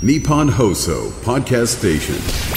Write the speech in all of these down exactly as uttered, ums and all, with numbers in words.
Nippon Hoso Podcast Station。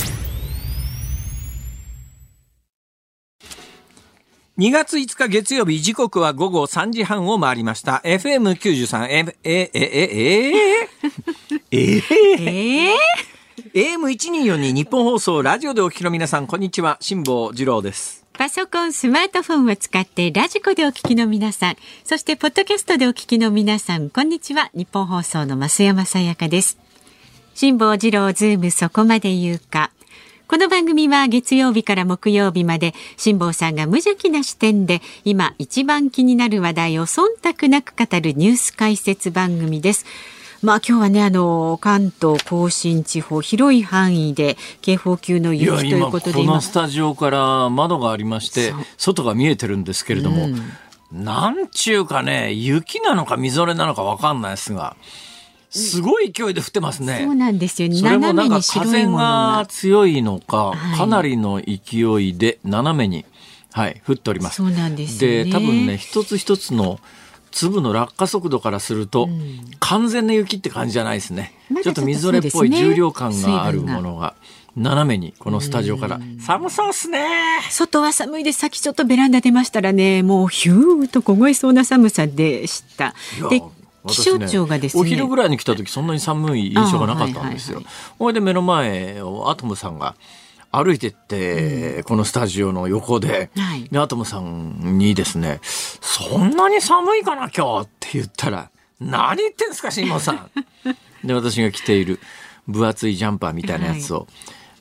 にがついつか月曜日、時刻は午後さんじはんを回りました。エフエムきゅうじゅうさん、え、え、え、え、え、え、え、エーエムせんにひゃくよんじゅうに 日本放送ラジオでお聞きの皆さん、こんにちは。辛坊治郎です。 パソコン、スマートフォンを使ってラジコでお聞きの皆さん、そしてポッドキャストでお聞きの皆さん、こんにちは。日本放送の増山さやかです。辛坊治郎ズームそこまで言うか。この番組は月曜日から木曜日まで辛坊さんが無邪気な視点で今一番気になる話題を忖度なく語るニュース解説番組です。まあ今日はね、あの関東甲信地方広い範囲で警報級の雪ということで、 今このスタジオから窓がありまして外が見えてるんですけれども、うん、なんちゅうかね、雪なのかみぞれなのか分かんないですが、すごい勢いで降ってますね。 そうなんですよ。 それもなんか風が強いのか、はい、かなりの勢いで斜めに、はい、降っております。 そうなんですよね。 で、多分ね、一つ一つの粒の落下速度からすると、うん、完全な雪って感じじゃないですね。ま、ちょっとみぞれっぽい重量感があるものが斜めにこのスタジオから寒そうっすね。 外は寒いです。さっきちょっとベランダ出ましたらね、もうヒューッと凍えそうな寒さでした。で、気象庁がですね、 お昼ぐらいに来た時そんなに寒い印象がなかったんですよ。ほいで目の前をアトムさんが歩いてって、うん、このスタジオの横で、はい、でアトムさんにですね、そんなに寒いかな今日って言ったら、何言ってんすか辛坊さんで、私が着ている分厚いジャンパーみたいなやつを、はい、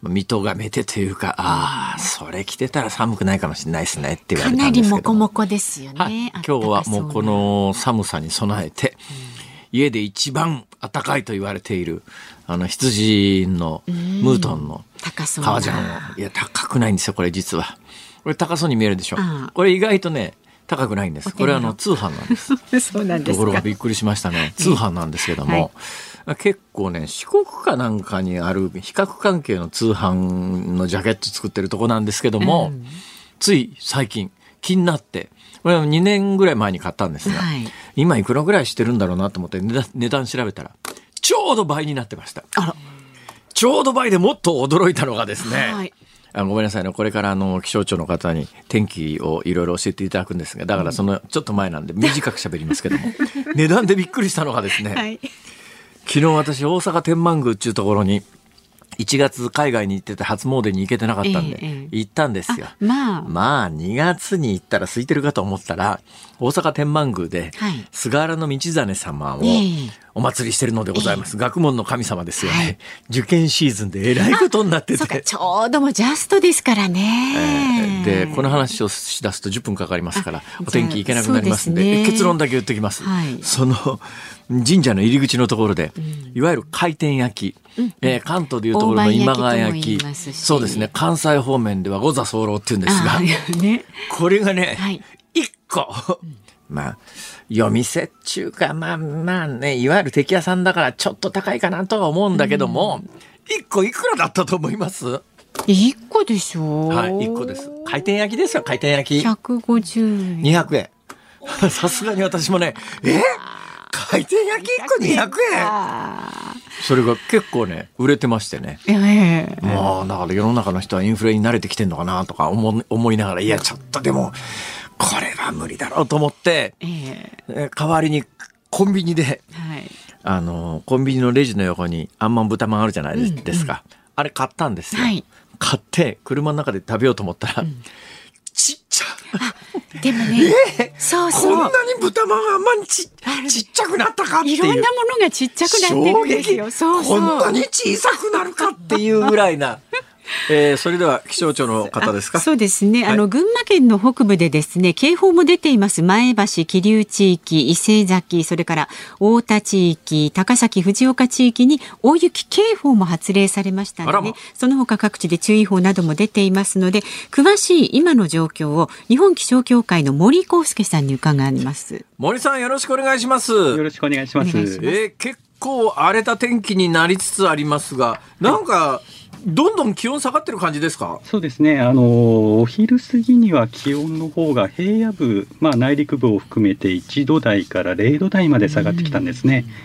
見とがめてというか、ああ、それ着てたら寒くないかもしれないですねって言われたんですけど、 かなりモコモコですよね、はい、 今日はもうこの寒さに備えて、うん、家で一番暖かいと言われているあの羊のムートンの革ジャンを、いや高くないんですよこれ実は。これ高そうに見えるでしょ。これ意外とね高くないんです。これはあの通販なんです。 そうなんですか。 ところがびっくりしましたね。通販なんですけども、はい、結構ね四国かなんかにある比較関係の通販のジャケット作ってるとこなんですけども、うん、つい最近気になって、これはにねんぐらい前に買ったんですが、はい、今いくらぐらいしてるんだろうなと思って値段調べたらちょうど倍になってました。あら、ちょうど倍でもっと驚いたのがですね、はい、あごめんなさいね、これからあの気象庁の方に天気をいろいろ教えていただくんですが、だからそのちょっと前なんで短く喋りますけども値段でびっくりしたのがですね、はい、昨日私大阪天満宮っていうところにいちがつ海外に行ってて初詣に行けてなかったんで、ええ、行ったんですよ。まあ、まあにがつに行ったら空いてるかと思ったら大阪天満宮で、はい、菅原道真様をお祭りしてるのでございます、ええ、学問の神様ですよね、はい、受験シーズンでえらいことになってて、そうか、 ちょうどもジャストですからね、 えー、でこの話をしだすとじゅっぷんかかりますからお天気行けなくなりますん で, で、ね、結論だけ言っておきます、はい、その神社の入り口のところで、うん、いわゆる回転焼き、うんえー、関東でいうところの今川焼き、そうですね、関西方面では五座候っていうんですが、ね、これがね、はい、いっこ、うん、まあ夜店っちゅうか、まあまあね、いわゆる敵屋さんだからちょっと高いかなとは思うんだけども、うん、いっこいくらだったと思います？ いっこでしょ。 はい、いっこです。回転焼きですよ、回転焼き。 ひゃくごじゅうえん。 にひゃくえん。さすがに私もね、え回転焼きいっこにひゃくえん、それが結構ね売れてましてね、えー、まあだから世の中の人はインフレに慣れてきてんのかなとか 思, 思いながら、いやちょっとでもこれは無理だろうと思って、えー、代わりにコンビニで、はい、あのコンビニのレジの横にあんまん豚まんあるじゃないですか、うんうん、あれ買ったんですよ、はい、買って車の中で食べようと思ったら、うん、ちっちゃでもね、 えー、そうそう、こんなに豚まんがあんまり ち, ちっちゃくなったかっていう、 いろんなものがちっちゃくなってるんですよ。そうそう、 こんなに小さくなるかっていうぐらいなえー、それでは気象庁の方ですか。 そうですね、はい、あの群馬県の北部でですね警報も出ています。前橋、桐生地域、伊勢崎、それから太田地域、高崎、藤岡地域に大雪警報も発令されましたので、ね、その他各地で注意報なども出ていますので、詳しい今の状況を日本気象協会の森康介さんに伺います。 森さん、よろしくお願いします。 よろしくお願いします。 えー、結構荒れた天気になりつつありますが、なんかどんどん気温下がってる感じですか？ そうですね、あのお昼過ぎには気温の方が平野部、まあ、内陸部を含めていちど台かられいど台まで下がってきたんですね。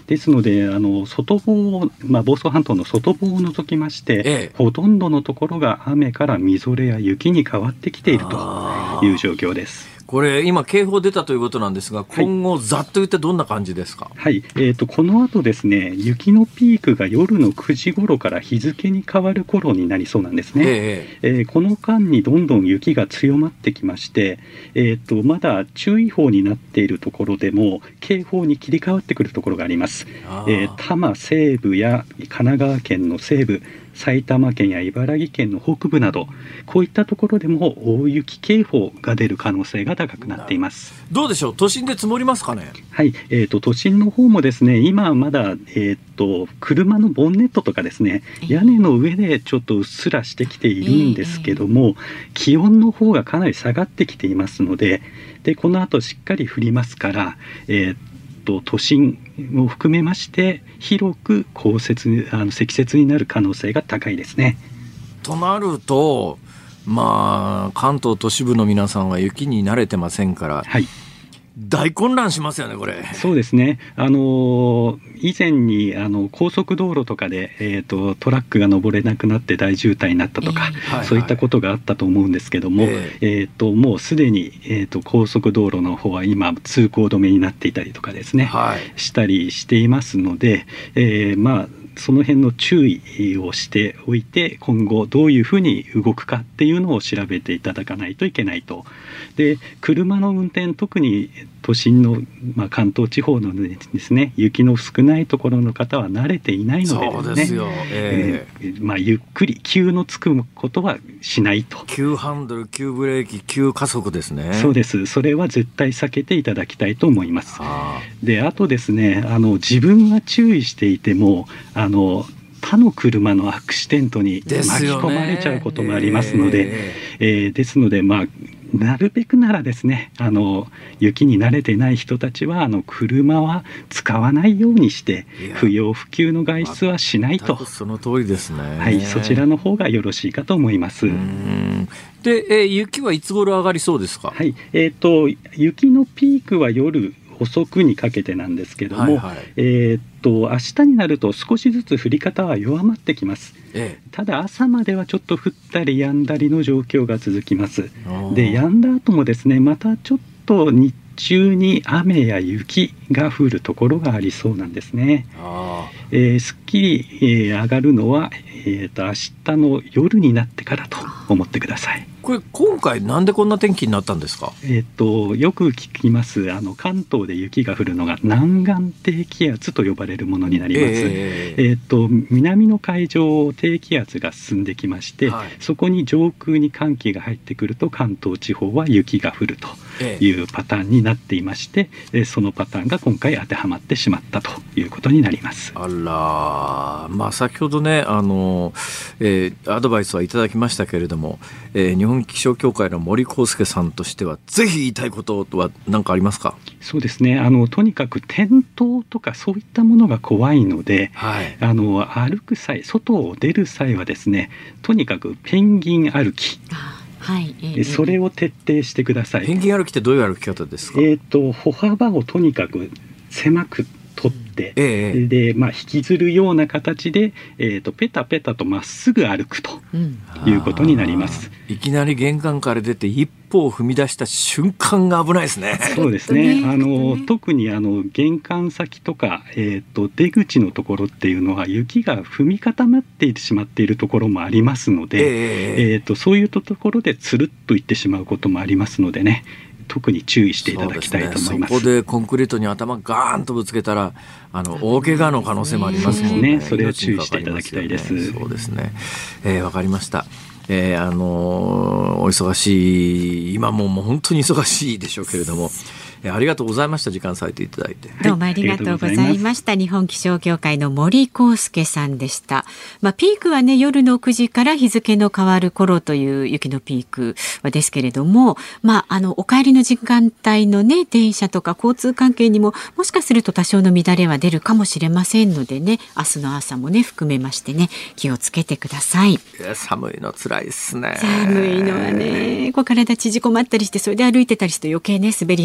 ですのであの外房を、まあ、房総半島の外房を除きまして、ええ、ほとんどのところが雨からみぞれや雪に変わってきているという状況です。 これ今警報出たということなんですが、今後ざっと言ってどんな感じですか？ はい、えーと、この後ですね、雪のピークが夜のくじ頃から日付に変わる頃になりそうなんですね。えーえー、この間にどんどん雪が強まってきまして、えーと、まだ注意報になっているところでも警報に切り替わってくるところがあります。えー、多摩西部や神奈川県の西部、埼玉県や茨城県の北部など、こういったところでも大雪警報が出る可能性が高くなっています。 どうでしょう、都心で積もりますかね？ はい、えーと、都心の方もですね、今はまだ、えーと、車のボンネットとかですね、屋根の上でちょっとうっすらしてきているんですけども、気温の方がかなり下がってきていますので、でこの後しっかり降りますから、えー都心を含めまして広く降雪あの積雪になる可能性が高いですね。 となると、まあ、関東都市部の皆さんは雪に慣れてませんから、はい、大混乱しますよねこれ。 そうですね、あの以前にあの高速道路とかで、えーと、トラックが登れなくなって大渋滞になったとか、えー、そういったことがあったと思うんですけども、えーえーと、もうすでに、えーと、高速道路の方は今通行止めになっていたりとかですね、はい、したりしていますので、えー、まあその辺の注意をしておいて、今後どういうふうに動くかっていうのを調べていただかないといけないと。で車の運転、特に都心の、まあ、関東地方のですね、雪の少ないところの方は慣れていないのでですね、 そうですよ、えーえーまあ、ゆっくり急のつくことはしないと。 急ハンドル、急ブレーキ、急加速ですね。 そうです、それは絶対避けていただきたいと思います。あであとですね、あの自分は注意していてもあの他の車のアクシデントに巻き込まれちゃうこともありますので、えーえー、ですので、まあ、なるべくならですね、あの雪に慣れてない人たちはあの車は使わないようにして、不要不急の外出はしないと。 その通りですね、 はい、そちらの方がよろしいかと思います。 うんで、えー、雪はいつ頃上がりそうですか？ はい、えーと、雪のピークは夜遅くにかけてなんですけども、はいはい、えー、っと明日になると少しずつ降り方は弱まってきます、ええ、ただ朝まではちょっと降ったり止んだりの状況が続きます。で止んだ後もですね、またちょっと日中に雨や雪が降るところがありそうなんですね。あ、えー、すっきり、えー、上がるのは、えー、と明日の夜になってからと思ってください。 これ今回なんでこんな天気になったんですか？ えー、とよく聞きます。あの関東で雪が降るのが南岸低気圧と呼ばれるものになります。えーえー、と南の海上を低気圧が進んできまして、はい、そこに上空に寒気が入ってくると関東地方は雪が降るというパターンになっていまして、えー、そのパターンが今回当てはまってしまったということになります。 あら、まあ、先ほどねあの、えー、アドバイスはいただきましたけれども、えー、日本気象協会の森康介さんとしてはぜひ言いたいことは何かありますか？ そうですね、あのとにかく転倒とかそういったものが怖いので、はい、あの歩く際、外を出る際はですね、とにかくペンギン歩き、はい、えー、それを徹底してください。 ペンギン歩きってどういう歩き方ですか？ えーと、歩幅をとにかく狭く取って、ええ、で、まあ、引きずるような形で、えーと、ペタペタとまっすぐ歩くということになります。 いきなり玄関から出て一歩を踏み出した瞬間が危ないですね。 そうですね、あの特にあの玄関先とか、えーと、出口のところっていうのは雪が踏み固まっていてしまっているところもありますので、えーえーと、そういうところでつるっといってしまうこともありますのでね、特に注意していただきたいと思います。 そ, す、ね、そこでコンクリートに頭ガーンとぶつけたらあの大怪我の可能性もありますもんね。 それを注意していただきたいです。 そうですね、えー、分かりました。えー、あのー、お忙しい今ももう本当に忙しいでしょうけれども、えー、ありがとうございました。時間割いていただいて、 どうもありがとうございました。日本気象協会の森康介さんでした。まあ、ピークはね夜のくじから日付の変わる頃という雪のピークですけれども、まあ、あのお帰りの時間帯のね電車とか交通関係にももしかすると多少の乱れは出るかもしれませんのでね、明日の朝もね含めましてね気をつけてください。いや寒いの辛いですね。 寒いのはねこう体縮こまったりして、それで歩いてたりすると余計ね滑りやすくなっ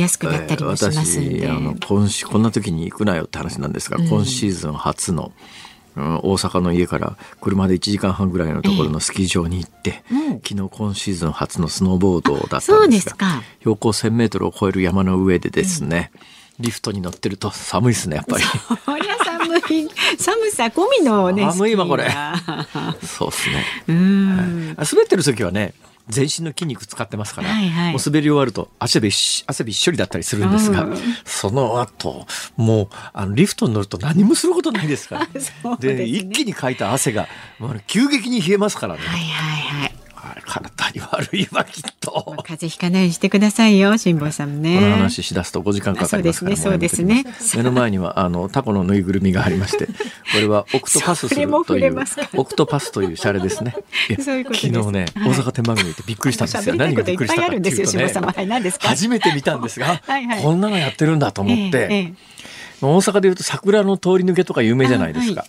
ったりもしますんで、 えー、私あの今しこんな時に行くなよって話なんですが、うん、今シーズン初の、うん、大阪の家から車でいちじかんはんぐらいのところのスキー場に行って、えーうん、昨日今シーズン初のスノーボードだったんですが、 そうですか。 標高せんメートルを超える山の上でですね、うん、リフトに乗ってると寒いですね、やっぱり。 そりゃ寒い。寒さ込みのね。 寒いわこれ。そうですね。 うん、 はい、滑ってる時はね、全身の筋肉使ってますから、はいはい、もう滑り終わると汗びっし汗びっしょりだったりするんですが、うん、その後もうあのリフトに乗ると何もすることないですから。で、ね、一気にかいた汗が急激に冷えますからね。 はいはいはい。 体に悪いわきっと。 まあ、風邪ひかないようにしてくださいよ、辛坊さんね。 この話しだすとごじかんかかりますから。 そうですね、そうですね。 目の前にはあのタコのぬいぐるみがありまして、これはオクトパスするというオクトパスというシャレですね。 そういうことです。 昨日ね、はい、大阪天満宮に行ってびっくりしたんですよ。何がびっくりしたかっていうとね、 はい、何ですか？ 初めて見たんですが、はいはい、こんなのやってるんだと思って、ええええ、大阪でいうと桜の通り抜けとか有名じゃないですか。はい、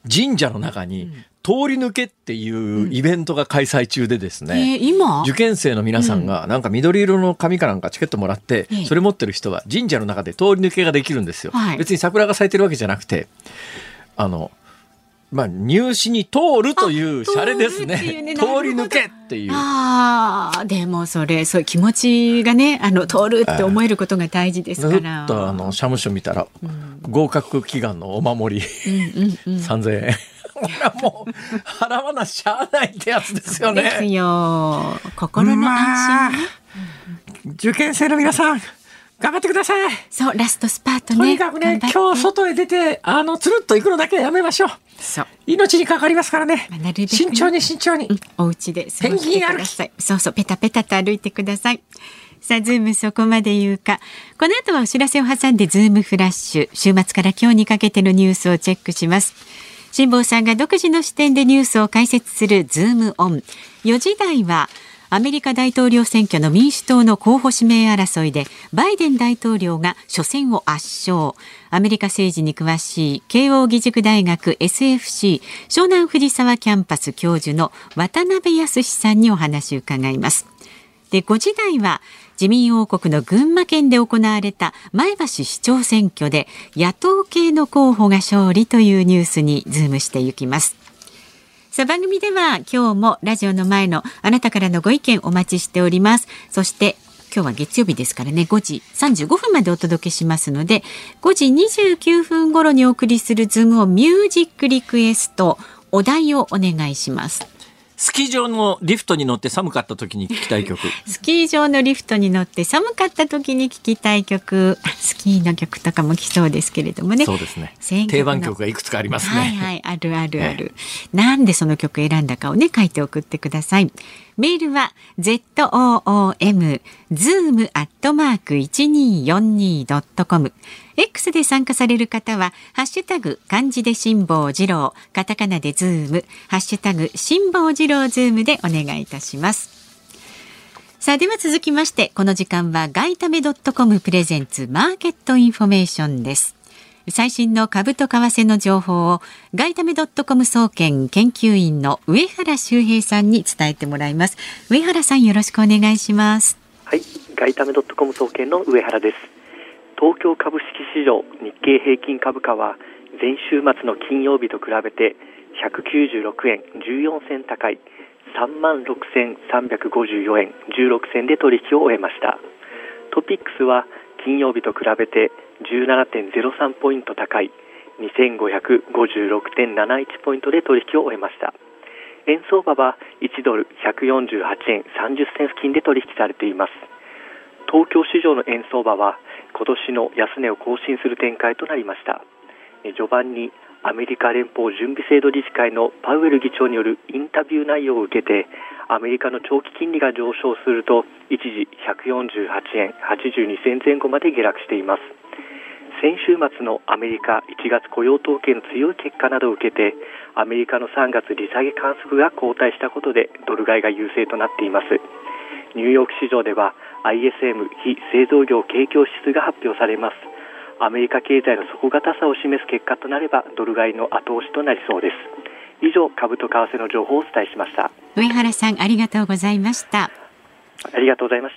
神社の中に、うん、通り抜けっていうイベントが開催中でですね、うんえー、今受験生の皆さんがなんか緑色の紙かなんかチケットもらって、うん、それ持ってる人は神社の中で通り抜けができるんですよ、はい、別に桜が咲いてるわけじゃなくて、あのまあ、入試に通るというシャレですね。通り抜けっていう。 あ、でもそれそういう気持ちがね、あの通るって思えることが大事ですから。 ずっとあの社務所見たら、うん、合格祈願のお守り、うんうんうん、さんぜんえんこれはもう払わなしゃあないってやつですよね。 ですよ。心の安心ね、 まあ、受験生の皆さん頑張ってください。 そう、ラストスパートね。 とにかくね、今日外へ出てあのつるっと行くのだけはやめましょう。そう命にかかりますからね、まあ、なるべく慎重に慎重に、うん、 お家で過ごしてください。そうそう、ペタペタと歩いてください。さあ、ズームそこまで言うか。この後はお知らせを挟んでズームフラッシュ、週末から今日にかけてのニュースをチェックします。辛坊さんが独自の視点でニュースを解説するズームオン。よじ台はアメリカ大統領選挙の民主党の候補指名争いでバイデン大統領が初戦を圧勝。アメリカ政治に詳しい慶應義塾大学 エスエフシー 湘南藤沢キャンパス教授の渡辺康さんにお話を伺います。で、ごじ台は自民王国の群馬県で行われた前橋市長選挙で野党系の候補が勝利というニュースにズームしていきます。さあ、番組では今日もラジオの前のあなたからのご意見お待ちしております。そして今日は月曜日ですからね、ごじさんじゅうごふんまでお届けしますので、ごじにじゅうきゅうふん頃にお送りするズームをミュージックリクエスト、お題をお願いします。 スキー場のリフトに乗って寒かった時に聴きたい曲。 スキー場のリフトに乗って寒かった時に聴きたい曲、スキーの曲とかも来そうですけれどもね。 そうですね。定番曲がいくつかありますね。 はいはい、あるあるある、えー、なんでその曲選んだかをね、書いて送ってください。メールは ズーム ズーム アットマーク いちにーよんにー ドットコム。 X で参加される方はハッシュタグ漢字で辛坊治郎、カタカナでズーム、ハッシュタグ辛坊治郎ズームでお願いいたします。さあ、では続きまして、この時間は外為 .com プレゼンツマーケットインフォメーションです。最新の株と為替の情報を外為 .com 総研研究員の上原修平さんに伝えてもらいます。上原さん、よろしくお願いします。 はい、外為 .com 総研の上原です。東京株式市場日経平均株価は前週末の金曜日と比べてひゃくきゅうじゅうろくえんじゅうよんせん高い さんまんろくせんさんびゃくごじゅうよえんじゅうろくせんで取引を終えました。トピックスは金曜日と比べて じゅうななてんゼロさん ポイント高い にせんごひゃくごじゅうろくてんなないち ポイントで取引を終えました。円相場はいちドルひゃくよんじゅうはちえんさんじゅっせん付近で取引されています。東京市場の円相場は今年の安値を更新する展開となりました。序盤にアメリカ連邦準備制度理事会のパウエル議長によるインタビュー内容を受けてアメリカの長期金利が上昇すると一時ひゃくよんじゅうはちえんはちじゅうにせん前後まで下落しています。先週末のアメリカいちがつ雇用統計の強い結果などを受けてアメリカのさんがつ利下げ観測が後退したことでドル買いが優勢となっています。ニューヨーク市場では アイエスエム 非製造業景況指数が発表されます。アメリカ経済の底堅さを示す結果となればドル買いの後押しとなりそうです。以上、株と為替の情報をお伝えしました。 上原さん、ありがとうございました。 ありがとうございました。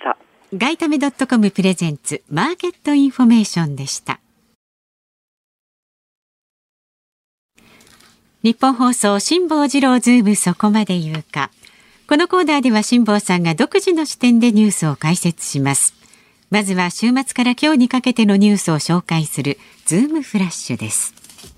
外為ドットコムプレゼンツマーケットインフォメーションでした。日本放送辛坊治郎ズームそこまで言うか。このコーナーでは辛坊さんが独自の視点でニュースを解説します。まずは週末から今日にかけてのニュースを紹介するズームフラッシュです。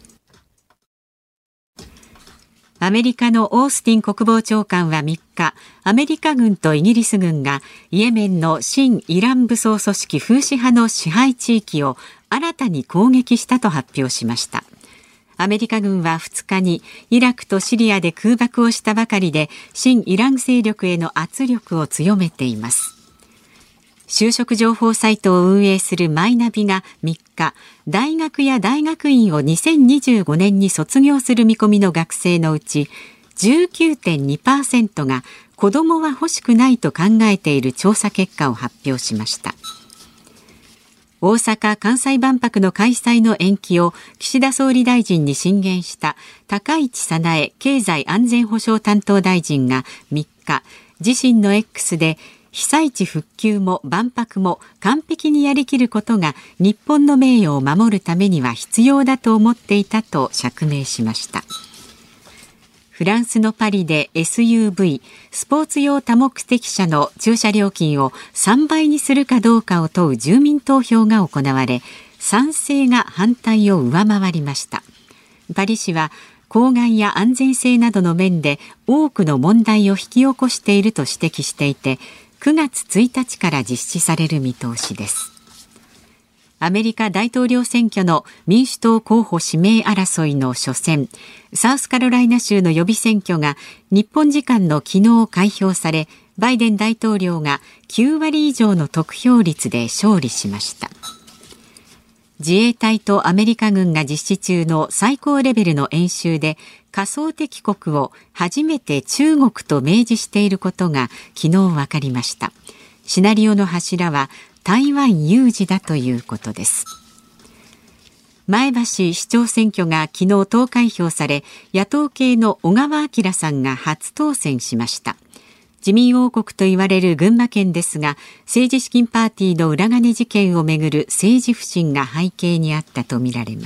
アメリカのオースティン国防長官はみっか、アメリカ軍とイギリス軍がイエメンの親イラン武装組織フーシ派の支配地域を新たに攻撃したと発表しました。アメリカ軍はふつかにイラクとシリアで空爆をしたばかりで親イラン勢力への圧力を強めています。就職情報サイトを運営するマイナビがみっか、大学や大学院をにせんにじゅうごねんに卒業する見込みの学生のうち じゅうきゅうてんにパーセント が子どもは欲しくないと考えている調査結果を発表しました。大阪・関西万博の開催の延期を岸田総理大臣に進言した高市早苗経済安全保障担当大臣がみっか、自身の X で被災地復旧も万博も完璧にやりきることが日本の名誉を守るためには必要だと思っていたと釈明しました。フランスのパリで エスユーブイ スポーツ用多目的車の駐車料金をさんばいにするかどうかを問う住民投票が行われ、賛成が反対を上回りました。パリ市は公害や安全性などの面で多くの問題を引き起こしていると指摘していて、くがつついたちから実施される見通しです。アメリカ大統領選挙の民主党候補指名争いの初戦、サウスカロライナ州の予備選挙が日本時間の昨日開票され、バイデン大統領がきゅうわり以上の得票率で勝利しました。自衛隊とアメリカ軍が実施中の最高レベルの演習で仮想敵国を初めて中国と明示していることが昨日分かりました。シナリオの柱は台湾有事だということです。前橋市長選挙が昨日投開票され、野党系の小川晃さんが初当選しました。自民王国と言われる群馬県ですが、政治資金パーティーの裏金事件をめぐる政治不信が背景にあったとみられます。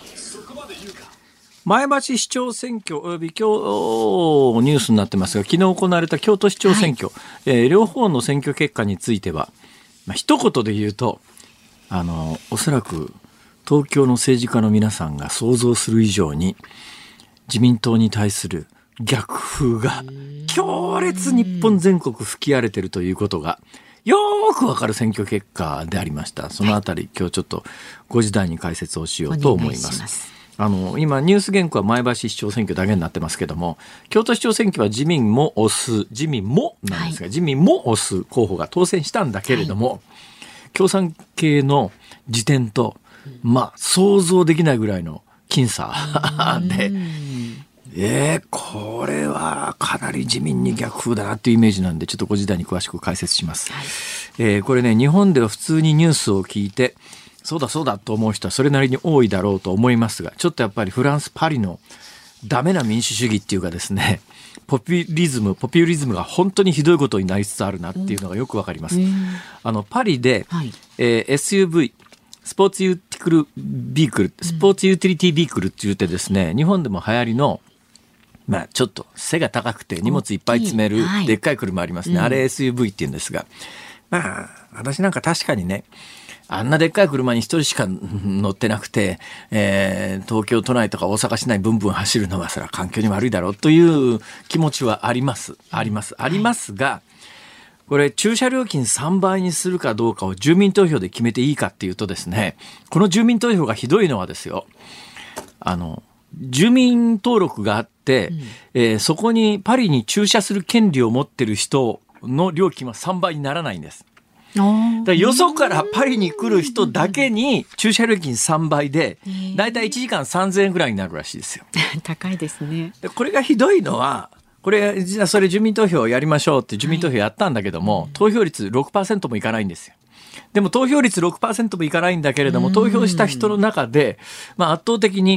前橋市長選挙および今日ニュースになってますが、昨日行われた京都市長選挙、はいえー、両方の選挙結果については、まあ、一言で言うとあのおそらく東京の政治家の皆さんが想像する以上に自民党に対する逆風が強烈日本全国吹き荒れているということがよーくわかる選挙結果でありました。そのあたり今日ちょっとごじ台に解説をしようと思います。ますあの今ニュース原稿は前橋市長選挙だけになってますけども、京都市長選挙は自民も推す自民もなんですが、はい、自民も推す候補が当選したんだけれども、はい、共産系の時点とまあ想像できないぐらいの僅差で、えー、これはかなり自民に逆風だなっていうイメージなんで、ちょっとごじ台に詳しく解説します、はいえー、これね、日本では普通にニュースを聞いてそうだそうだと思う人はそれなりに多いだろうと思いますが、ちょっとやっぱりフランスパリのダメな民主主義っていうかですね、ポピュリズムポピュリズムが本当にひどいことになりつつあるなっていうのがよくわかります、うん、あのパリで、はいえー、エスユーブイスポーツユーティクルビークルスポーツユーティリティビークルって言ってですね、日本でも流行りのまあ、ちょっと背が高くて荷物いっぱい詰めるでっかい車ありますね、はい、あれ エスユーブイ って言うんですが、まあ私なんか確かにね、あんなでっかい車に一人しか乗ってなくて、えー、東京都内とか大阪市内ブンブン走るのはそれは環境に悪いだろうという気持ちはありますありますありますが、これ駐車料金さんばいにするかどうかを住民投票で決めていいかっていうとですね、この住民投票がひどいのはですよ、あの住民登録があって、うんえー、そこにパリに駐車する権利を持ってる人の料金はさんばいにならないんです。だからよそからパリに来る人だけに駐車料金さんばいでだいたいいちじかんさんぜんえんぐらいになるらしいですよ。 高いですね。 でこれがひどいのは、これじゃあそれ住民投票やりましょうって住民投票やったんだけども、はい、投票率 ろくパーセント もいかないんですよ。でも投票率 ろくパーセント もいかないんだけれども、投票した人の中で、まあ、圧倒的に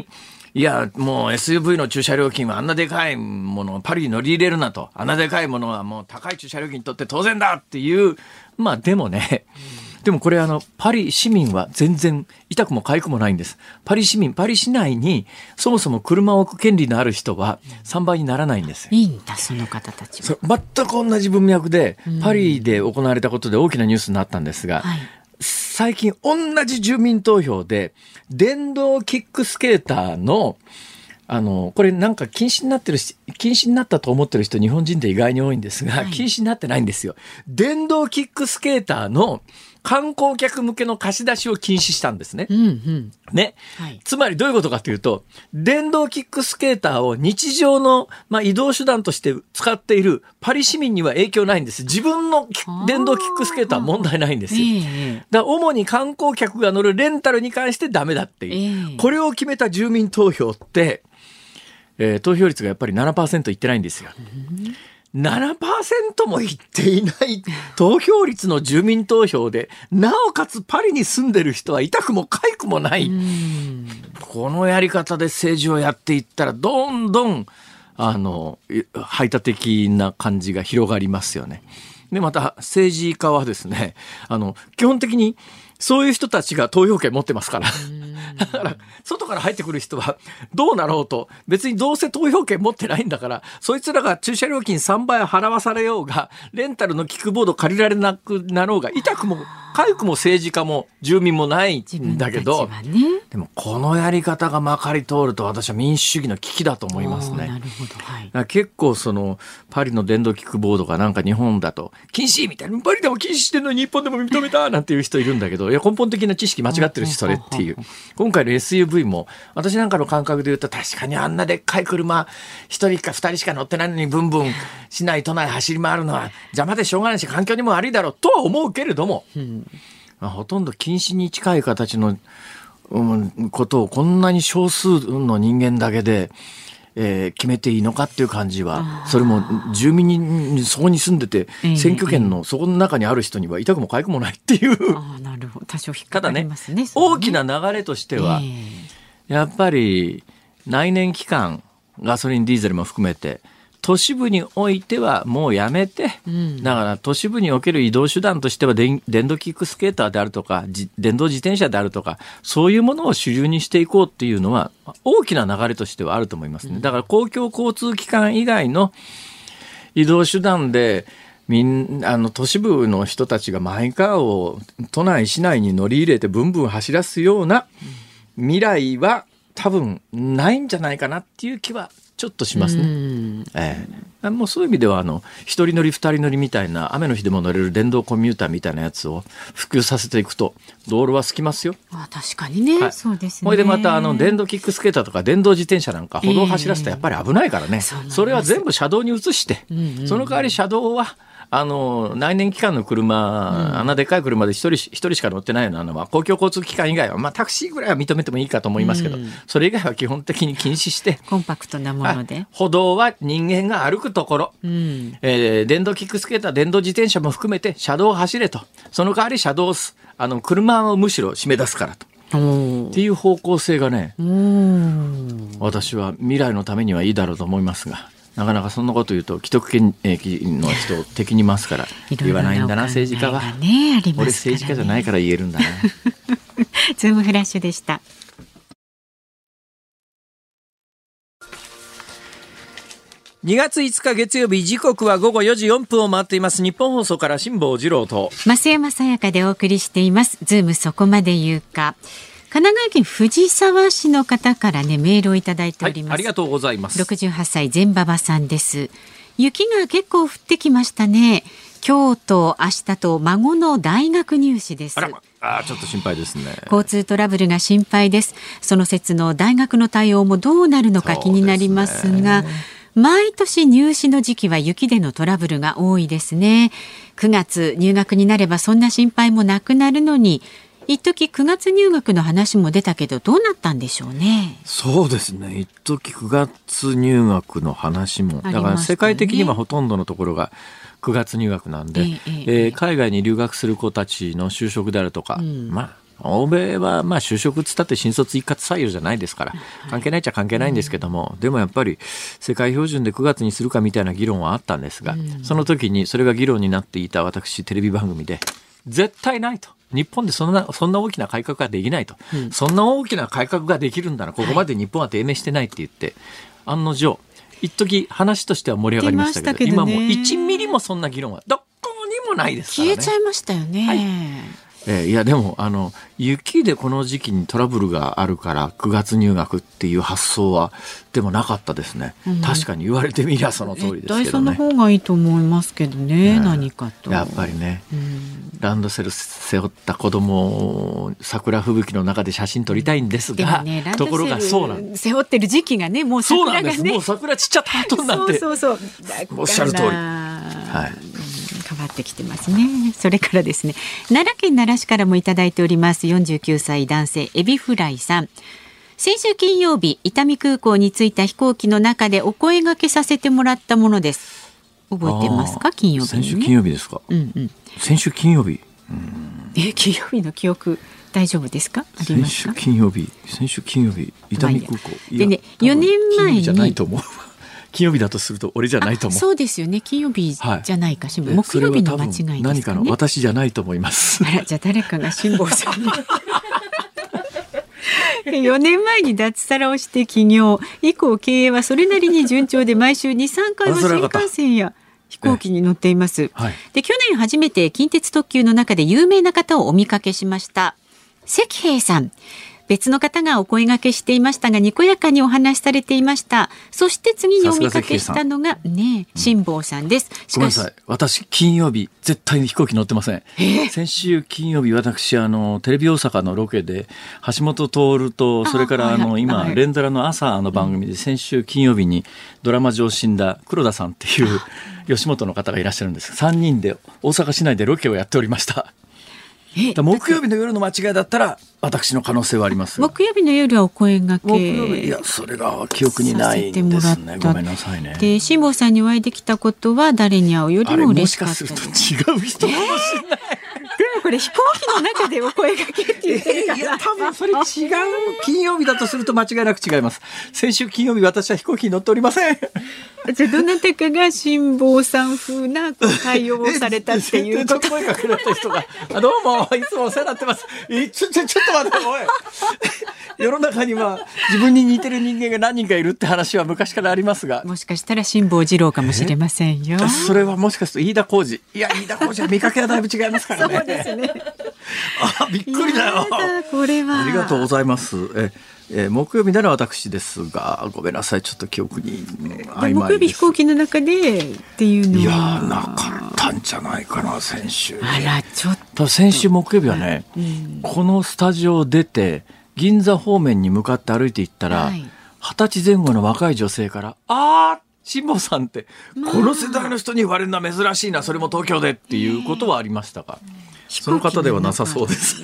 いやもう エスユーブイ の駐車料金はあんなでかいものをパリに乗り入れるなと、あんなでかいものはもう高い駐車料金取って当然だっていう、まあでもね、うん、でもこれあのパリ市民は全然痛くも痒くもないんです。パリ市民、パリ市内にそもそも車を置く権利のある人はさんばいにならないんですよ。 いいんだその方たちは。 全く同じ文脈でパリで行われたことで大きなニュースになったんですが、うん、はい、最近同じ住民投票で電動キックスケーターのあのこれなんか禁止になってるし禁止になったと思ってる人日本人で意外に多いんですが、はい、禁止になってないんですよ。電動キックスケーターの観光客向けの貸し出しを禁止したんですね。うんうん、ね、はい、つまりどういうことかというと、電動キックスケーターを日常の、まあ、移動手段として使っているパリ市民には影響ないんです。自分の電動キックスケーターは問題ないんですよ。だから主に観光客が乗るレンタルに関してダメだっていう、えー、これを決めた住民投票って、えー、投票率がやっぱり ななパーセント いってないんですよ。うんななパーセント もいっていない投票率の住民投票で、なおかつパリに住んでる人は痛くも痒くもない。このやり方で政治をやっていったらどんどんあの排他的な感じが広がりますよね。でまた政治家はですね、あの基本的にそういう人たちが投票権持ってますからだから外から入ってくる人はどうなろうと別にどうせ投票権持ってないんだから、そいつらが駐車料金さんばい払わされようがレンタルのキックボード借りられなくなろうが痛くも痒くも政治家も住民もないんだけど、ね、でもこのやり方がまかり通ると私は民主主義の危機だと思いますね。 なるほど、はい、 結構そのパリの電動キックボードがなんか日本だと禁止みたいな、パリでも禁止してるのに日本でも認めたなんていう人いるんだけど、いや根本的な知識間違ってるしそれっていう。今回の エスユーブイ も私なんかの感覚で言うと確かにあんなでっかい車ひとりかふたりしか乗ってないのにブンブン市内都内走り回るのは邪魔でしょうがないし環境にも悪いだろうとは思うけれども、うんまあ、ほとんど禁止に近い形の、うん、ことをこんなに少数の人間だけで、えー、決めていいのかっていう感じは、それも住民にそこに住んでて、えー、選挙権のそこの中にある人には痛くも痒くもないっていう。 あなるほど、多少引っかかりますね。 ただね、大きな流れとしては、えー、やっぱり内燃機関ガソリンディーゼルも含めて都市部においてはもうやめて、うん、だから都市部における移動手段としては電動キックスケーターであるとか電動自転車であるとかそういうものを主流にしていこうっていうのは大きな流れとしてはあると思いますね。だから公共交通機関以外の移動手段でみんあの都市部の人たちがマイカーを都内市内に乗り入れてブンブン走らすような未来は多分ないんじゃないかなっていう気はちょっとしますね。うんええ、もうそういう意味ではあの一人乗り二人乗りみたいな雨の日でも乗れる電動コミューターみたいなやつを普及させていくと道路は空きますよ。 あ確かにね、はい、そうですね。 ほいでまたあの電動キックスケーターとか電動自転車なんか歩道を走らせたらやっぱり危ないからね、えー、それは全部車道に移して、うんうん、その代わり車道はあの内燃機関の車、うん、あんなでかい車で一人一人しか乗ってないようなのは公共交通機関以外は、まあ、タクシーぐらいは認めてもいいかと思いますけど、うん、それ以外は基本的に禁止してコンパクトなもので歩道は人間が歩くところ、うんえー、電動キックスケーター電動自転車も含めて車道を走れと、その代わり車道をあの車をむしろ締め出すからとっていう方向性がね、私は未来のためにはいいだろうと思いますが、なかなかそんなこと言うと既得権益の人を敵に回すから言わないんだな政治家は、ねね、俺政治家じゃないから言えるんだなズームフラッシュでした。 にがついつか月曜日、時刻はごごよじよんぷんを回っています。日本放送から辛坊治郎と増山さやかでお送りしていますズームそこまで言うか。神奈川県藤沢市の方からねメールをいただいております、 はい、ありがとうございます。 ろくじゅうはっさい全馬場さんです。雪が結構降ってきましたね。今日と明日と孫の大学入試です。 あら、あ、ちょっと心配ですね。 交通トラブルが心配です。その節の大学の対応もどうなるのか気になりますが、毎年入試の時期は雪でのトラブルが多いですね。くがつ入学になればそんな心配もなくなるのに、一時くがつ入学の話も出たけどどうなったんでしょうね。 そうですね、一時くがつ入学の話も、だから世界的にはほとんどのところがくがつ入学なんで、えええー、海外に留学する子たちの就職であるとか、うん、まあ欧米はまあ就職つったって新卒一括採用じゃないですから関係ないっちゃ関係ないんですけども、でもやっぱり世界標準でくがつにするかみたいな議論はあったんですが、その時にそれが議論になっていた私テレビ番組で絶対ないと、日本でそんなそんな大きな改革ができないと、うん、そんな大きな改革ができるんだな、ここまで日本は低迷してないって言って、はい、案の定一時話としては盛り上がりましたけど、けどね、今もういちミリもそんな議論はどこにもないですからね。 消えちゃいましたよね、はい。 えー、いやでもあの雪でこの時期にトラブルがあるからくがつ入学っていう発想はでもなかったですね、うん、確かに言われてみりゃその通りですけどね。 絶対その方がいいと思いますけどね、ね、何かとやっぱりね、うん、ランドセル背負った子供を桜吹雪の中で写真撮りたいんですが、ね、ところがそうなん背負ってる時期がねもう桜がね、 そうなんです、もう桜散っちゃった後になってそうそうそうおっしゃる通り、はい、 変わってきてますね。それからですね、奈良県奈良市からもいただいております。よんじゅうきゅうさい男性エビフライさん、先週金曜日伊丹空港に着いた飛行機の中でお声掛けさせてもらったものです。覚えてますか？金曜日、ね、 先週金曜日ですか、うんうん、先週金曜日、うん、 え金曜日の記憶大丈夫ですか？ありますか？ 先週金曜日先週金曜日伊丹空港、 でねよねんまえにじゃないと思う金曜日だとすると俺じゃないと思う。 そうですよね、金曜日じゃないか、はい、木曜日の間違いですかね。 何かの私じゃないと思います。 あら、じゃあ誰かが辛坊さんによねんまえに脱サラをして起業以降、経営はそれなりに順調で毎週 に,さん 回は新幹線や飛行機に乗っています、はい、で去年初めて近鉄特急の中で有名な方をお見かけしました。関平さん、別の方がお声掛けしていましたがにこやかにお話しされていました。そして次にお見かけしたのがね、辛坊さんです。 しかしごめんなさい、私金曜日絶対に飛行機乗ってません。先週金曜日私あのテレビ大阪のロケで橋本徹とそれからあの今連ドラの朝の番組で先週金曜日にドラマ上死んだ黒田さんっていう吉本の方がいらっしゃるんです。さんにんで大阪市内でロケをやっておりました。木曜日の夜の間違いだったら私の可能性はあります。 木曜日の夜はお声掛け、 いやそれが記憶にないんですね。ごめんなさいね。 で辛坊さんにお会いできたことは誰に会うよりも嬉しかった。 あれもしかすると違う人かもしれない、 えー、でもこれ飛行機の中でお声掛けって言ってるから、 いや多分それ違う金曜日だとすると間違いなく違います。先週金曜日私は飛行機に乗っておりません。 じゃあどなたかが辛坊さん風な対応をされたっていうこと声かけられた人があどうもいつもお世話になってます。えちょちょちょっと待っておい世の中には自分に似てる人間が何人かいるって話は昔からありますが、 もしかしたら辛坊治郎かもしれませんよ。 それはもしかすると飯田浩司、いや飯田浩司は見かけはだいぶ違いますからね。 そうですね。 あびっくりだよ。 これはありがとうございます。ええー、木曜日なら私ですがごめんなさい、ちょっと記憶に曖昧です。 木曜日飛行機の中でっていうのは、 いやなかったんじゃないかな先週。 あらちょっと先週木曜日はね、うん、このスタジオを出て銀座方面に向かって歩いていったら、はい、はたちぜん後の若い女性からあー辛坊さんってこの世代の人に言われるのは珍しいな、それも東京でっていうことはありましたが、その方ではなさそうです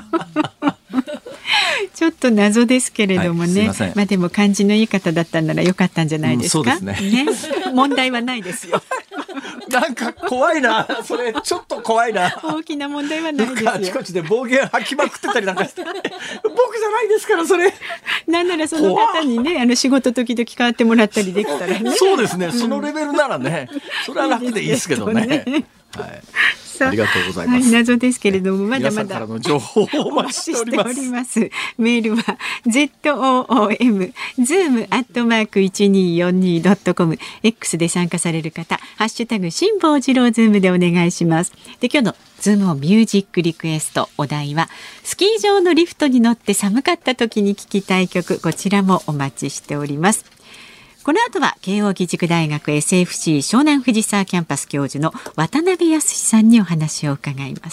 ちょっと謎ですけれどもね、はい、ま, まあでも感じのいい方だったならよかったんじゃないですか、うん、そうですね。ね問題はないですよなんか怖いな、それちょっと怖いな。 大きな問題はないですよ。 あちこちで暴言吐きまくってたりなんかして僕じゃないですからそれ。 なんならその方にねあの仕事時々変わってもらったりできたらね。 そうですね、そのレベルならね、それは楽でいいですけどね。いいですけどね。はい。ありがとうございます。 はい、謎ですけれどもまだまだ皆さんからの情報をお待ちしております。 ます。メールは ズーム ズーム アットマーク いちにーよんにー ドットコム X で参加される方ハッシュタグ辛坊治郎ズームでお願いします。で今日のズームをミュージックリクエスト、お題はスキー場のリフトに乗って寒かった時に聴きたい曲、こちらもお待ちしております。この後は慶應義塾大学 エスエフシー 湘南藤沢キャンパス教授の渡辺康さんにお話を伺います。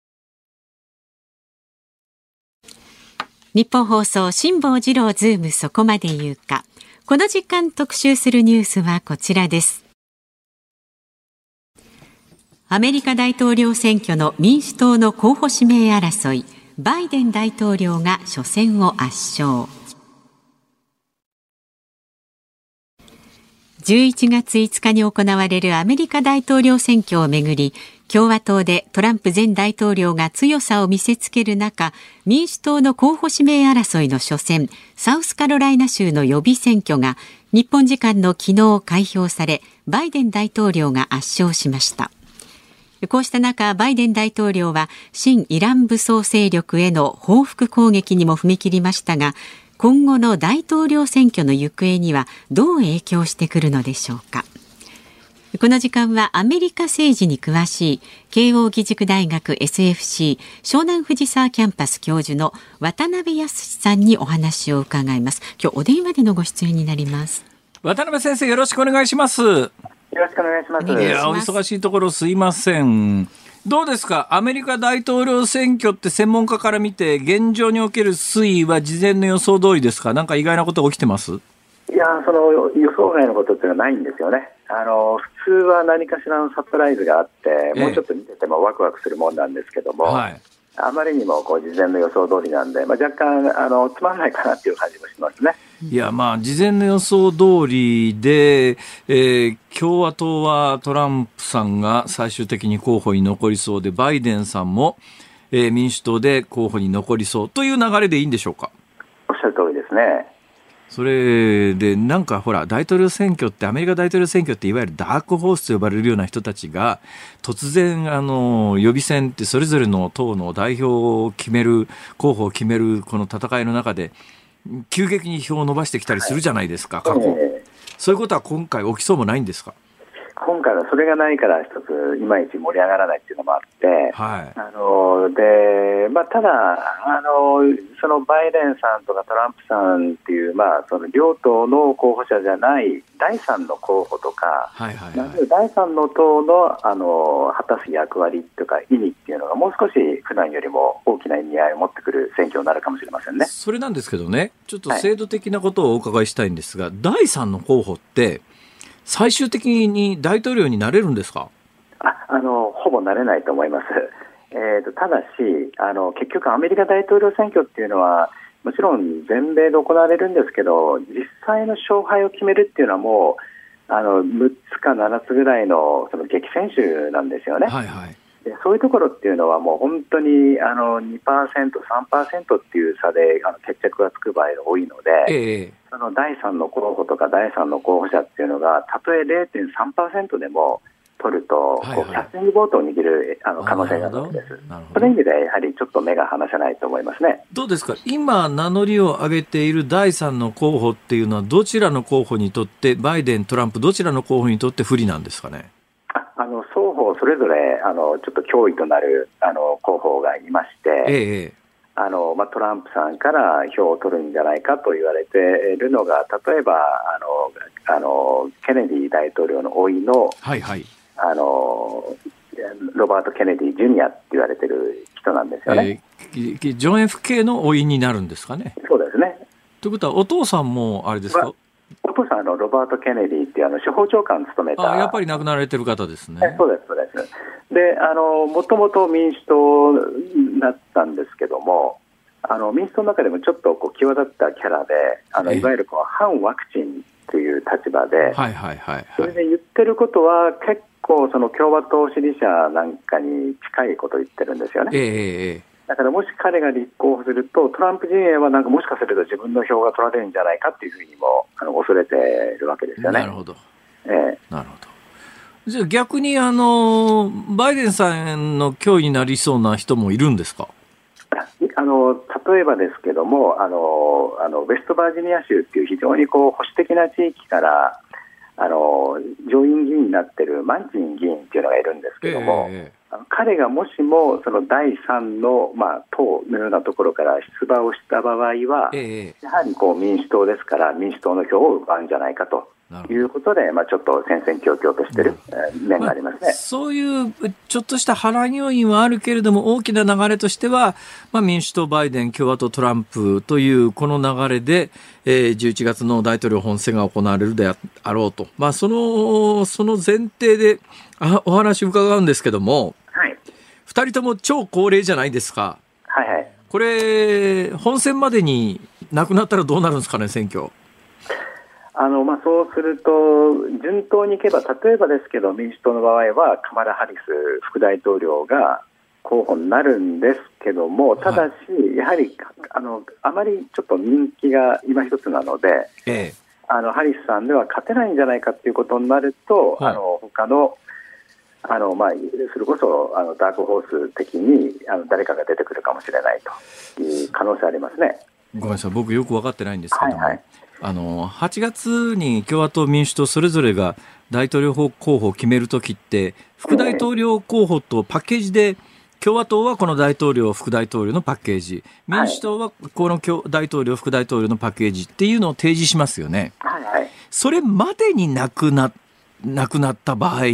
日本放送辛坊治郎ズームそこまで言うか。この時間特集するニュースはこちらです。アメリカ大統領選挙の民主党の候補指名争い、バイデン大統領が初戦を圧勝。じゅういちがついつかに行われるアメリカ大統領選挙をめぐり、 共和党でトランプ前大統領が強さを見せつける中、民主党の候補指名争いの初戦、サウスカロライナ州の予備選挙が日本時間の昨日開票され、バイデン大統領が圧勝しました。こうした中、バイデン大統領は親イラン武装勢力への報復攻撃にも踏み切りましたが、今後の大統領選挙の行方にはどう影響してくるのでしょうか。この時間はアメリカ政治に詳しい慶應義塾大学 エスエフシー 湘南藤沢キャンパス教授の渡辺康さんにお話を伺います。今日お電話でのご出演になります。 渡辺先生、よろしくお願いします。よろしくお願いします。 いや、お忙しいところすいません。どうですか、アメリカ大統領選挙って専門家から見て現状における推移は事前の予想通りですか？なんか意外なことが起きてます？ いや、その予想外のことっていうのはないんですよね。あの普通は何かしらのサプライズがあって、もうちょっと見ててもワクワクするもんなんですけども、はい、あまりにもこう事前の予想通りなんで、まあ、若干あのつまんないかなっていう感じもしますね。 いや、まあ事前の予想通りで、えー、共和党はトランプさんが最終的に候補に残りそうで、バイデンさんも、えー、民主党で候補に残りそうという流れでいいんでしょうか？ おっしゃる通りですね。 それでなんかほら、大統領選挙って、アメリカ大統領選挙っていわゆるダークホースと呼ばれるような人たちが突然あの予備選ってそれぞれの党の代表を決める、候補を決めるこの戦いの中で急激に票を伸ばしてきたりするじゃないですか、過去、えー、そういうことは今回起きそうもないんですか？ 今回はそれがないから一ついまいち盛り上がらないっていうのもあって、はい、あのでまあ、ただあのそのバイデンさんとかトランプさんっていう、まあ、その両党の候補者じゃないだいさんの候補とか、はいはいはい、だいさんの党 の, あの果たす役割とか意味っていうのがもう少し普段よりも大きな意味合いを持ってくる選挙になるかもしれませんね。 それなんですけどね、ちょっと制度的なことをお伺いしたいんですが、はい、だいさんの候補って最終的に大統領になれるんですか？ ああのほぼなれないと思います。えー、とただしあの結局アメリカ大統領選挙っていうのはもちろん全米で行われるんですけど、実際の勝敗を決めるっていうのはもうあのむっつかななつぐらい の, その激戦州なんですよね。はいはい、でそういうところっていうのはもう本当にあの にパーセント、さんパーセント っていう差であの決着がつく場合が多いので、えー、そのだいさんの候補とかだいさんの候補者っていうのがたとえ れいてんさんパーセント でも取ると、はいはい、こうキャスティングボートを握るあの可能性があるわけです。その意味でやはりちょっと目が離せないと思いますね。 どうですか、今名乗りを上げているだいさんの候補っていうのはどちらの候補にとって、バイデン、トランプどちらの候補にとって不利なんですかね？ ああの双方それぞれあのちょっと脅威となるあの候補がいまして、ええあのまあ、トランプさんから票を取るんじゃないかと言われているのが、例えばあのあのケネディ大統領の甥の、はいはい、あのロバート・ケネディ・ジュニアって言われている人なんですよね。 えー、ジョン エフケー の甥になるんですかね？ そうですね。 ということはお父さんもあれですか？まあ、 お父さんあのロバート・ケネディっていうあの司法長官を務めた。 あ、やっぱり亡くなられてる方ですね。 そうですそうです。であのもともと民主党だったんですけども、あの民主党の中でもちょっとこう際立ったキャラで、あのいわゆるこう反ワクチンという立場で、はいはいはいはい、それで言ってることは結構その共和党支持者なんかに近いことを言ってるんですよね。えー、だからもし彼が立候補するとトランプ陣営はなんかもしかすると自分の票が取られるんじゃないかっていうふうにもあの恐れているわけですよね。 なるほど、えー、なるほど。じゃあ逆にあのバイデンさんの脅威になりそうな人もいるんですか？ あの例えばですけども、あのあのウェストバージニア州っていう非常にこう保守的な地域からあの上院議員になっているマンチン議員っていうのがいるんですけども、えー、あの彼がもしもそのだいさんの、まあ、党のようなところから出馬をした場合は、えー、やはりこう民主党ですから民主党の票を奪うんじゃないかということで、まあ、ちょっと戦々恐々としている面がありますね。まあ、 そういうちょっとした腹要因はあるけれども、大きな流れとしては、まあ、民主党バイデン、共和党トランプというこの流れで、えー、じゅういちがつの大統領本選が行われるであろうと、まあ、そのその前提であお話を伺うんですけども、はい、ふたりとも超高齢じゃないですか。はいはい、これ本選までになくなったらどうなるんですかね、選挙。 あのまあ、そうすると順当にいけば、例えばですけど民主党の場合はカマラ・ハリス副大統領が候補になるんですけども、ただし、はい、やはり あのあまりちょっと人気が今一つなので、ええ、あのハリスさんでは勝てないんじゃないかということになると、はい、あの他のあの、まあ、それこそあのダークホース的にあの誰かが出てくるかもしれないという可能性ありますね。 ごめんなさい、僕よく分かってないんですけども、はいはい、あのはちがつに共和党民主党それぞれが大統領候補を決めるときって副大統領候補とパッケージで、共和党はこの大統領副大統領のパッケージ、民主党はこの大統領副大統領のパッケージっていうのを提示しますよね、はいはい、それまでになくな、なくなった場合は、はい、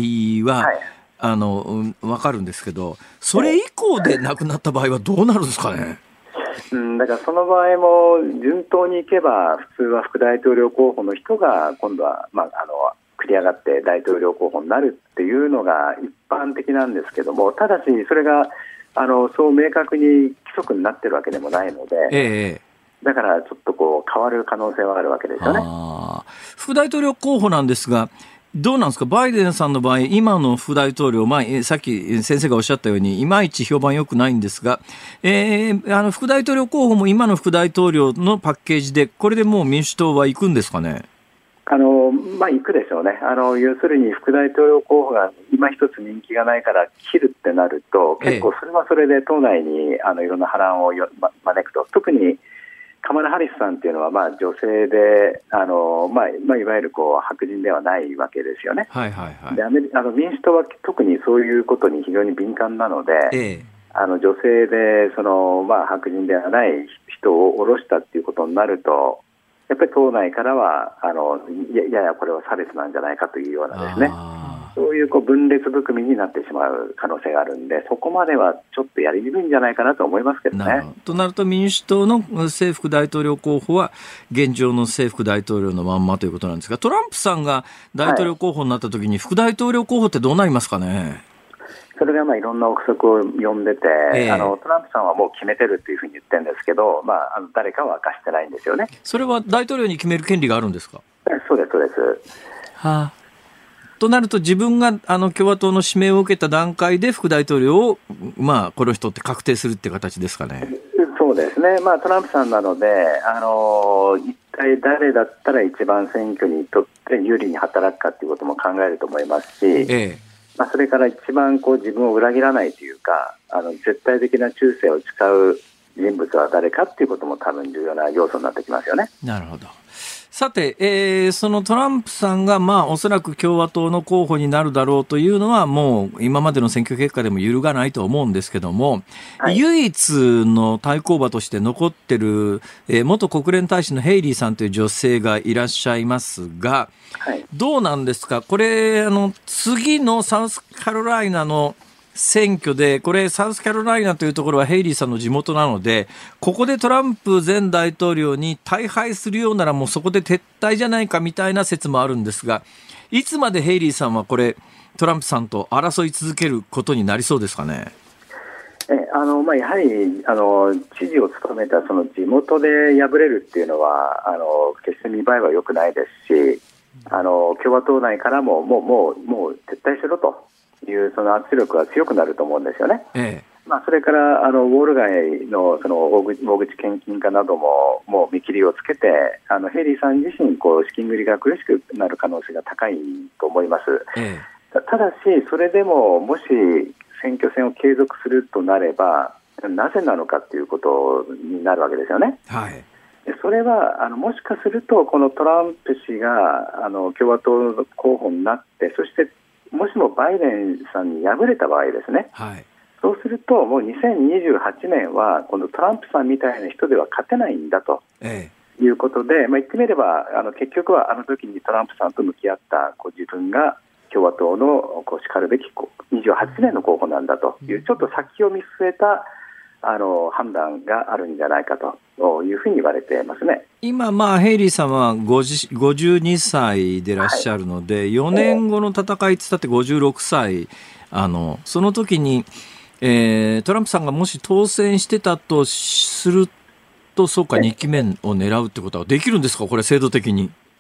あの分かるんですけど、それ以降でなくなった場合はどうなるんですかね。 うん、だからその場合も順当にいけば普通は副大統領候補の人が今度は、まあ、あの繰り上がって大統領候補になるっていうのが一般的なんですけども、ただしそれがあのそう明確に規則になってるわけでもないので、ええ、だからちょっとこう変わる可能性はあるわけですよね。 あ、副大統領候補なんですが、どうなんですか、バイデンさんの場合、今の副大統領、まあ、さっき先生がおっしゃったようにいまいち評判良くないんですが、えー、あの副大統領候補も今の副大統領のパッケージでこれでもう民主党は行くんですかね。 あのまあ、行くでしょうね。あの要するに副大統領候補が今一つ人気がないから切るってなると、結構それはそれで党内にあのいろんな波乱をよ、ま、招くと。特にカマラ・ハリスさんっていうのはまあ女性であの、まあまあ、いわゆるこう白人ではないわけですよね、はいはいはい、でアメリあの民主党は特にそういうことに非常に敏感なので、ええ、あの女性でその、まあ、白人ではない人を下ろしたっていうことになると、やっぱり党内からはあのや, ややこれは差別なんじゃないかというようなですね、そういうこう分裂含みになってしまう可能性があるんで、そこまではちょっとやりにくいんじゃないかなと思いますけどね。 なるほど。となると民主党の正副大統領候補は現状の正副大統領のまんまということなんですが、トランプさんが大統領候補になったときに副大統領候補ってどうなりますかね。 それがまあいろんな憶測を呼んでて、えー、あのトランプさんはもう決めてるっていうふうに言ってるんですけど、まあ、あの誰かは明かしてないんですよね。 それは大統領に決める権利があるんですか。 そうですそうです、 はあ、となると自分があの共和党の指名を受けた段階で副大統領を、まあ、この人って確定するって形ですかね。 そうですね、まあ、トランプさんなので、あの一体誰だったら一番選挙にとって有利に働くかということも考えると思いますし、ええ、まあ、それから一番こう自分を裏切らないというか、あの絶対的な忠誠を誓う人物は誰かということも多分重要な要素になってきますよね。 なるほど。さて、えー、そのトランプさんが、まあ、おそらく共和党の候補になるだろうというのはもう今までの選挙結果でも揺るがないと思うんですけども、はい、唯一の対抗馬として残ってる、えー、元国連大使のヘイリーさんという女性がいらっしゃいますが、はい、どうなんですかこれ、あの次のサウスカロライナの選挙で、これサウスカロライナというところはヘイリーさんの地元なので、ここでトランプ前大統領に大敗するようならもうそこで撤退じゃないかみたいな説もあるんですが、いつまでヘイリーさんはこれトランプさんと争い続けることになりそうですかね。 えあのまあ、やはりあの知事を務めたその地元で敗れるっていうのはあの決して見栄えは良くないですし、あの共和党内からももうもうもう撤退しろというその圧力が強くなると思うんですよね。ええ、まあ、それからあのウォール街 の, その大口大口献金家などももう見切りをつけて、あのヘイリーさん自身こう資金繰りが苦しくなる可能性が高いと思います。ええ、ただしそれでももし選挙戦を継続するとなればなぜなのかということになるわけですよね。はい、それはあのもしかするとこのトランプ氏があの共和党の候補になって、そしてもしもバイデンさんに敗れた場合ですね、はい、そうするともうにせんにじゅうはちねんはこのトランプさんみたいな人では勝てないんだということで、ええ、まあ、言ってみればあの結局はあの時にトランプさんと向き合ったこう自分が共和党のこうしかるべきにじゅうはちねんの候補なんだというちょっと先を見据えたあの判断があるんじゃないかというふうに言われていますね。 今、まあ、ヘイリーさんはごじごじゅうにさいでいらっしゃるので、はい、よねんごの戦いつったってごじゅうろくさい、あのその時に、えー、トランプさんがもし当選してたとすると、そうかにきめを狙うってことはできるんですか、これ制度的に。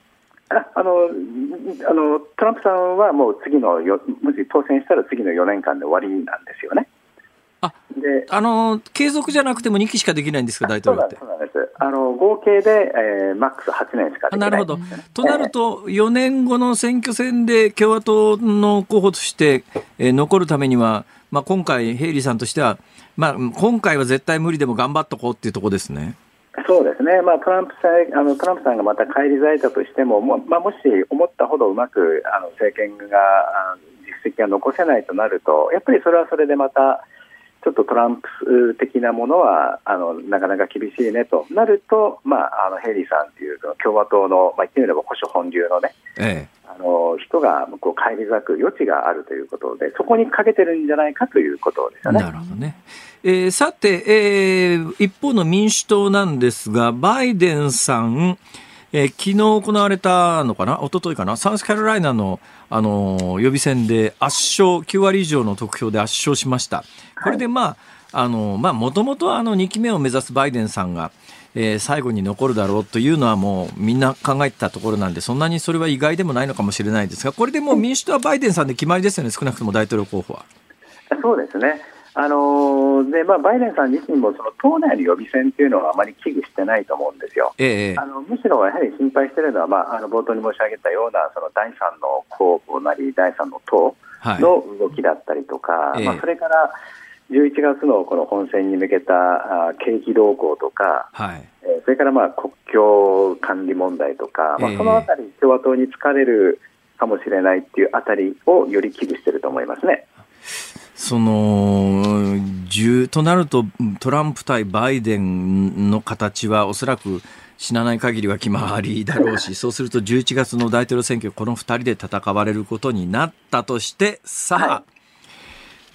ああのあのトランプさんはもう次のよ、もし当選したら次のよねんかんで終わりなんですよね。 あであの継続じゃなくてもにきしかできないんですか、大統領って。 そうなんです。あの合計で、えー、マックスはちねんしかできない。 なるほど。となると、よねんごの選挙戦で共和党の候補として、えー、残るためには、まあ、今回ヘイリーさんとしては、まあ、今回は絶対無理でも頑張っとこうっていうところですね。 そうですね、まあ、トランプさんあのトランプさんがまた返り咲いたとしても、も,、まあ、もし思ったほどうまくあの政権が実績が残せないとなると、やっぱりそれはそれでまたちょっとトランプ的なものはあのなかなか厳しいねとなると、まあ、あのヘイリーさんという共和党の、まあ、言ってみれば保守本流のね、ええ、あの人がこう返り咲く余地があるということで、そこにかけてるんじゃないかということですよね。 なるほどね。えー、さて、えー、一方の民主党なんですが、バイデンさん、えー、昨日行われたのかな、一昨日かな、サウスカロライナの、あのー、予備選で圧勝、きゅうわり以上の得票で圧勝しました。これでまあ、あのー、まあ、もともとあのにきめを目指すバイデンさんが、えー、最後に残るだろうというのはもうみんな考えてたところなんで、そんなにそれは意外でもないのかもしれないですが、これでもう民主党はバイデンさんで決まりですよね、少なくとも大統領候補は。 そうですね。あのーでまあ、バイデンさん自身もその党内の予備選というのはあまり危惧してないと思うんですよ。ええ、あのむしろやはり心配しているのは、まあ、あの冒頭に申し上げたようなそのだいさんの候補なりだいさんの党の動きだったりとか、はいまあ、それからじゅういちがつのこの本選に向けたあ景気動向とか、はいえー、それからまあ国境管理問題とか、まあ、そのあたり共和党に疲れるかもしれないっていうあたりをより危惧していると思いますね。 そのとなるとトランプ対バイデンの形はおそらく死なない限りは決まりだろうし、そうするとじゅういちがつの大統領選挙このふたりで戦われることになったとして、さあ、はい、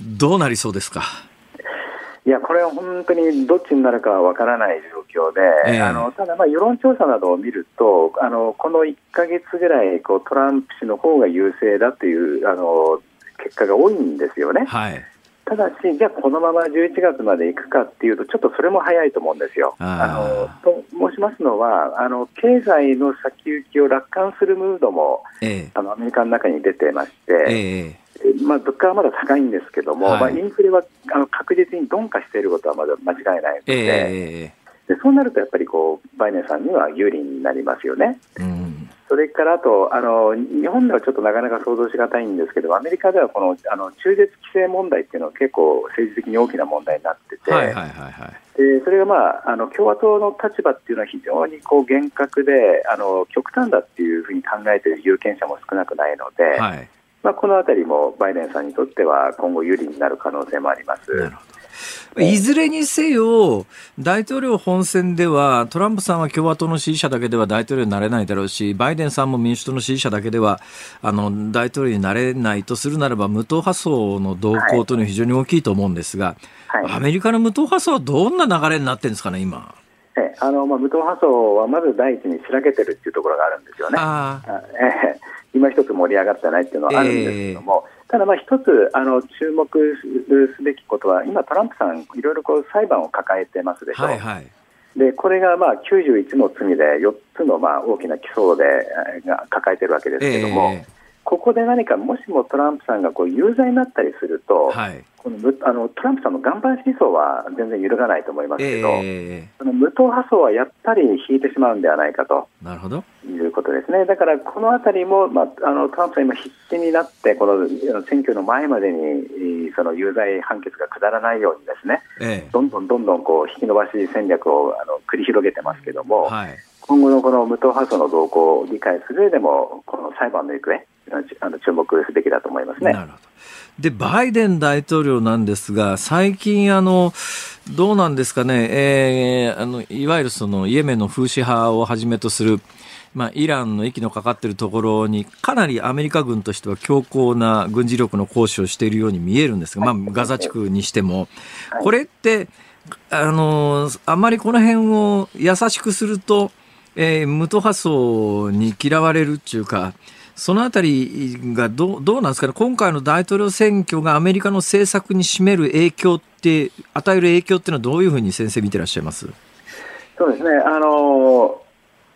どうなりそうですか。 いやこれは本当にどっちになるかは分からない状況で、えー、あのただまあ世論調査などを見るとあのこのいっかげつぐらいこうトランプ氏の方が優勢だというあの結果が多いんですよね。はい、ただしじゃあこのままじゅういちがつまでいくかっていうとちょっとそれも早いと思うんですよ。あのと申しますのはあの経済の先行きを楽観するムードも、えー、あのアメリカの中に出てまして、えーまあ、物価はまだ高いんですけども、はいまあ、インフレはあの確実に鈍化していることはまだ間違いないので、えー、でそうなるとやっぱりこうバイデンさんには有利になりますよね。うんそれからあとあの日本ではちょっとなかなか想像しがたいんですけど、アメリカではこのあの中絶規制問題っていうのは結構政治的に大きな問題になってて、はいはいはいはい、でそれが、まあ、あの共和党の立場っていうのは非常にこう厳格であの極端だっていうふうに考えている有権者も少なくないので、はいまあ、このあたりもバイデンさんにとっては今後有利になる可能性もあります。なるほど。 いずれにせよ大統領本選ではトランプさんは共和党の支持者だけでは大統領になれないだろうし、バイデンさんも民主党の支持者だけではあの大統領になれないとするならば無党派層の動向というのは非常に大きいと思うんですが、はいはい、アメリカの無党派層はどんな流れになってるんですかね今。 えあのまあ、無党派層はまず第一にしらけてるっていうところがあるんですよね。あえ今一つ盛り上がってないっていうのはあるんですけども、えー、ただまあ一つあの注目すべきことは今トランプさんいろいろこう裁判を抱えてますでしょ、はいはい、でこれがまあきゅうじゅういちの罪でよっつのまあ大きな起訴でが抱えてるわけですけども、えー、ここで何かもしもトランプさんがこう有罪になったりすると、はい、このあのトランプさんの岩盤思想は全然揺るがないと思いますけど、えー、その無党派層はやっぱり引いてしまうんではないかとなるほどいうことですね。だからこのあたりも、まあ、あのトランプさん今必死になってこの選挙の前までにその有罪判決が下らないようにですね、えー、どんどんどんどんこう引き延ばし戦略をあの繰り広げてますけども、はい、今後のこの無党派層の動向を理解する上でもこの裁判の行方あの注目すべきだと思いますね。なるほど。 でバイデン大統領なんですが最近あのどうなんですかね、えー、あのいわゆるそのイエメンのフーシ派をはじめとする、まあ、イランの息のかかっているところにかなりアメリカ軍としては強硬な軍事力の行使をしているように見えるんですが、まあ、ガザ地区にしてもこれってあのあまりこの辺を優しくすると、えー、無党派層に嫌われるっていうかそのあたりがどう、どうなんですかね。今回の大統領選挙がアメリカの政策に占める影響って与える影響っていうのはどういうふうに先生見てらっしゃいます？ そうですね。あの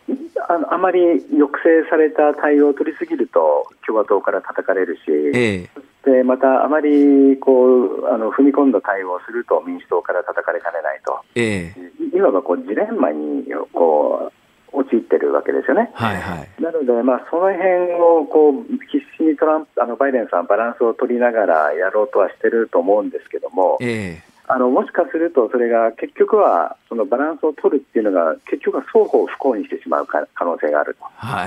あのあまり抑制された対応を取りすぎると共和党から叩かれるし、ええ、そしてまたあまりこうあの踏み込んだ対応をすると民主党から叩かれかねないと、ええ、いわばこうジレンマにこう陥ってるわけですよね、はいはい、なので、まあ、その辺をこう必死にトランプあのバイデンさんバランスを取りながらやろうとはしてると思うんですけども、ええ、あのもしかするとそれが結局はそのバランスを取るっていうのが結局は双方を不幸にしてしまう可能性があると、はい、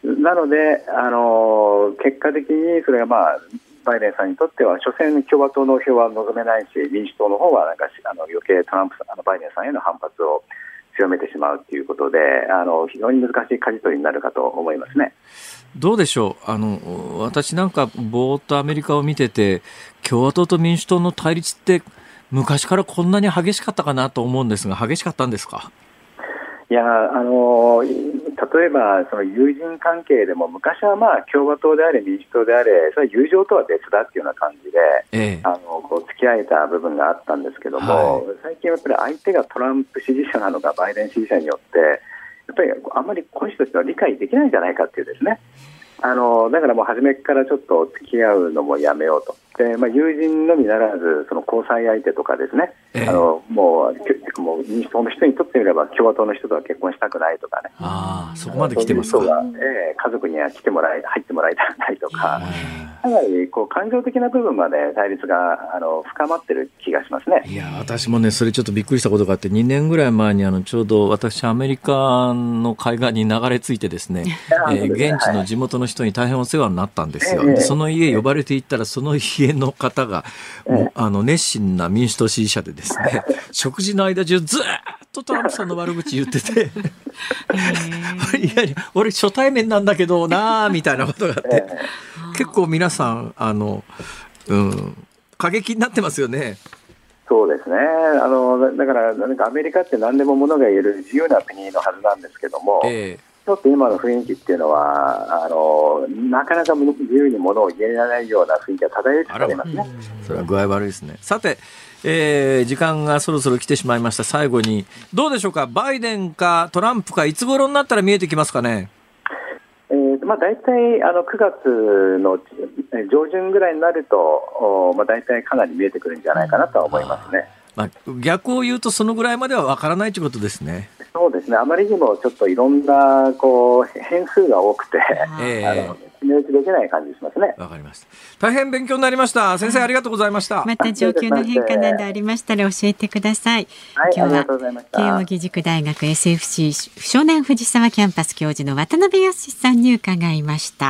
なのであの結果的にそれが、まあ、バイデンさんにとっては所詮共和党の票は望めないし民主党の方はなんかあの余計トランプあのバイデンさんへの反発を強めてしまうということであの非常に難しい舵取りになるかと思いますね。 どうでしょう。あの私なんかぼーっとアメリカを見てて共和党と民主党の対立って昔からこんなに激しかったかなと思うんですが激しかったんですか。 いやあの例えばその友人関係でも昔はまあ共和党であれ民主党であれそれは友情とは別だっていうような感じで、ええ、あのこう付き合えた部分があったんですけども、はい、最近はやっぱり相手がトランプ支持者なのかバイデン支持者によってやっぱりあんまりこの人たちは理解できないんじゃないかっていうですねあのだからもう初めからちょっと付き合うのもやめようとで、まあ、友人のみならずその交際相手とかですね、えー、あのもう、もう民主党の人にとってみれば共和党の人とは結婚したくないとかねあそこまで来てますか。 そういう人が、えー、家族には来てもらい入ってもらいたくないとかかなりこう感情的な部分まで対立があの深まってる気がしますね。 いや私もねそれちょっとびっくりしたことがあってにねんぐらい前にあのちょうど私アメリカの海岸に流れ着いてですね、えー、現地の地元の人に大変お世話になったんですよ、はい、でその家呼ばれて行ったらその家の方がもうあの熱心な民主党支持者でですね食事の間中ずっとトランプさんの悪口言ってていやいや俺初対面なんだけどなみたいなことがあって結構皆さんあの、うん、過激になってますよね。 そうですねあのだからなんかアメリカって何でも物が言える自由な国のはずなんですけども、えーちょっと今の雰囲気っていうのはあのなかなか自由に物を言えないような雰囲気が漂いつつありますね。 それは具合悪いですね。さて、えー、時間がそろそろ来てしまいました。最後にどうでしょうか。バイデンかトランプかいつ頃になったら見えてきますかね。 えーまあ、大体あのくがつの上旬ぐらいになると、まあ、大体かなり見えてくるんじゃないかなとは思いますね。 まあ、逆を言うとそのぐらいまでは分からないということですね。 そうですねあまりにもちょっといろんなこう変数が多くて、えー、あの決め打ちできない感じしますね。 わかりました。大変勉強になりました。先生ありがとうございました。 また状況の変化などありましたら教えてください。 はい、 今日は慶應義塾大学 エスエフシー 湘南藤沢キャンパス教授の渡辺康さんに伺いました。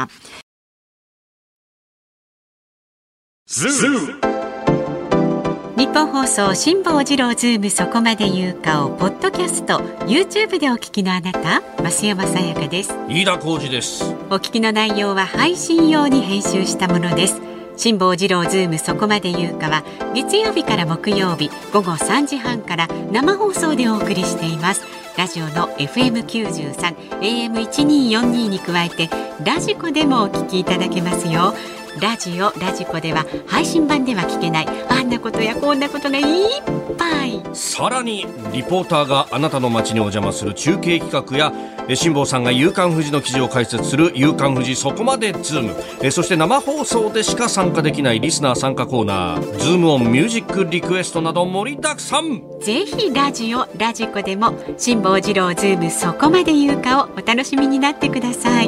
ズーム日本放送辛坊治郎ズームそこまで言うかをポッドキャスト YouTube でお聞きのあなた増山さやかです。 飯田浩司です。 お聞きの内容は配信用に編集したものです。辛坊治郎ズームそこまで言うかは月曜日から木曜日午後さんじはんから生放送でお送りしています。ラジオの エフエムきゅうじゅうさん エーエムせんにひゃくよんじゅうに に加えてラジコでもお聞きいただけますよ。ラジオラジコでは配信版では聞けないあんなことやこんなことがいっぱい。 さらにリポーターがあなたの街にお邪魔する中継企画や辛坊さんが夕刊フジの記事を解説する夕刊フジそこまでズームえそして生放送でしか参加できないリスナー参加コーナーズームオンミュージックリクエストなど盛りだくさん。 ぜひラジオラジコでも辛坊治郎ズームそこまで言うかをお楽しみになってください。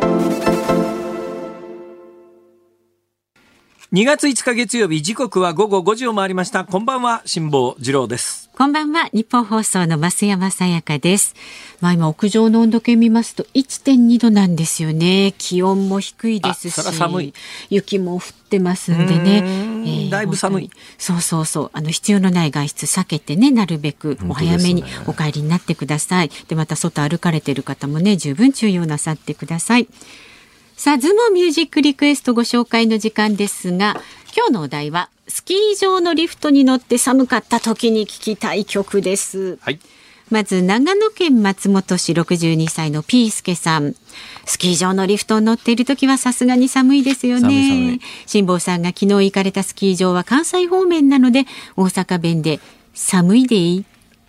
にがついつか月曜日時刻は午後ごじを回りました。こんばんは辛坊治郎です。 こんばんは日本放送の増山さやかです。まあ、今屋上の温度計見ますと いってんにどなんですよね。気温も低いですし寒い雪も降ってますんでね、えー、だいぶ寒い。 そうそうそうあの必要のない外出避けてねなるべくお早めにお帰りになってください。で、ね、でまた外歩かれている方もね十分注意をなさってください。さあズモミュージックリクエストご紹介の時間ですが今日のお題はスキー場のリフトに乗って寒かった時に聴きたい曲です、はい、まず長野県松本市ろくじゅうにさいのピースケさん。スキー場のリフトに乗っている時はさすがに寒いですよね。辛坊さんが昨日行かれたスキー場は関西方面なので大阪弁で寒いでいい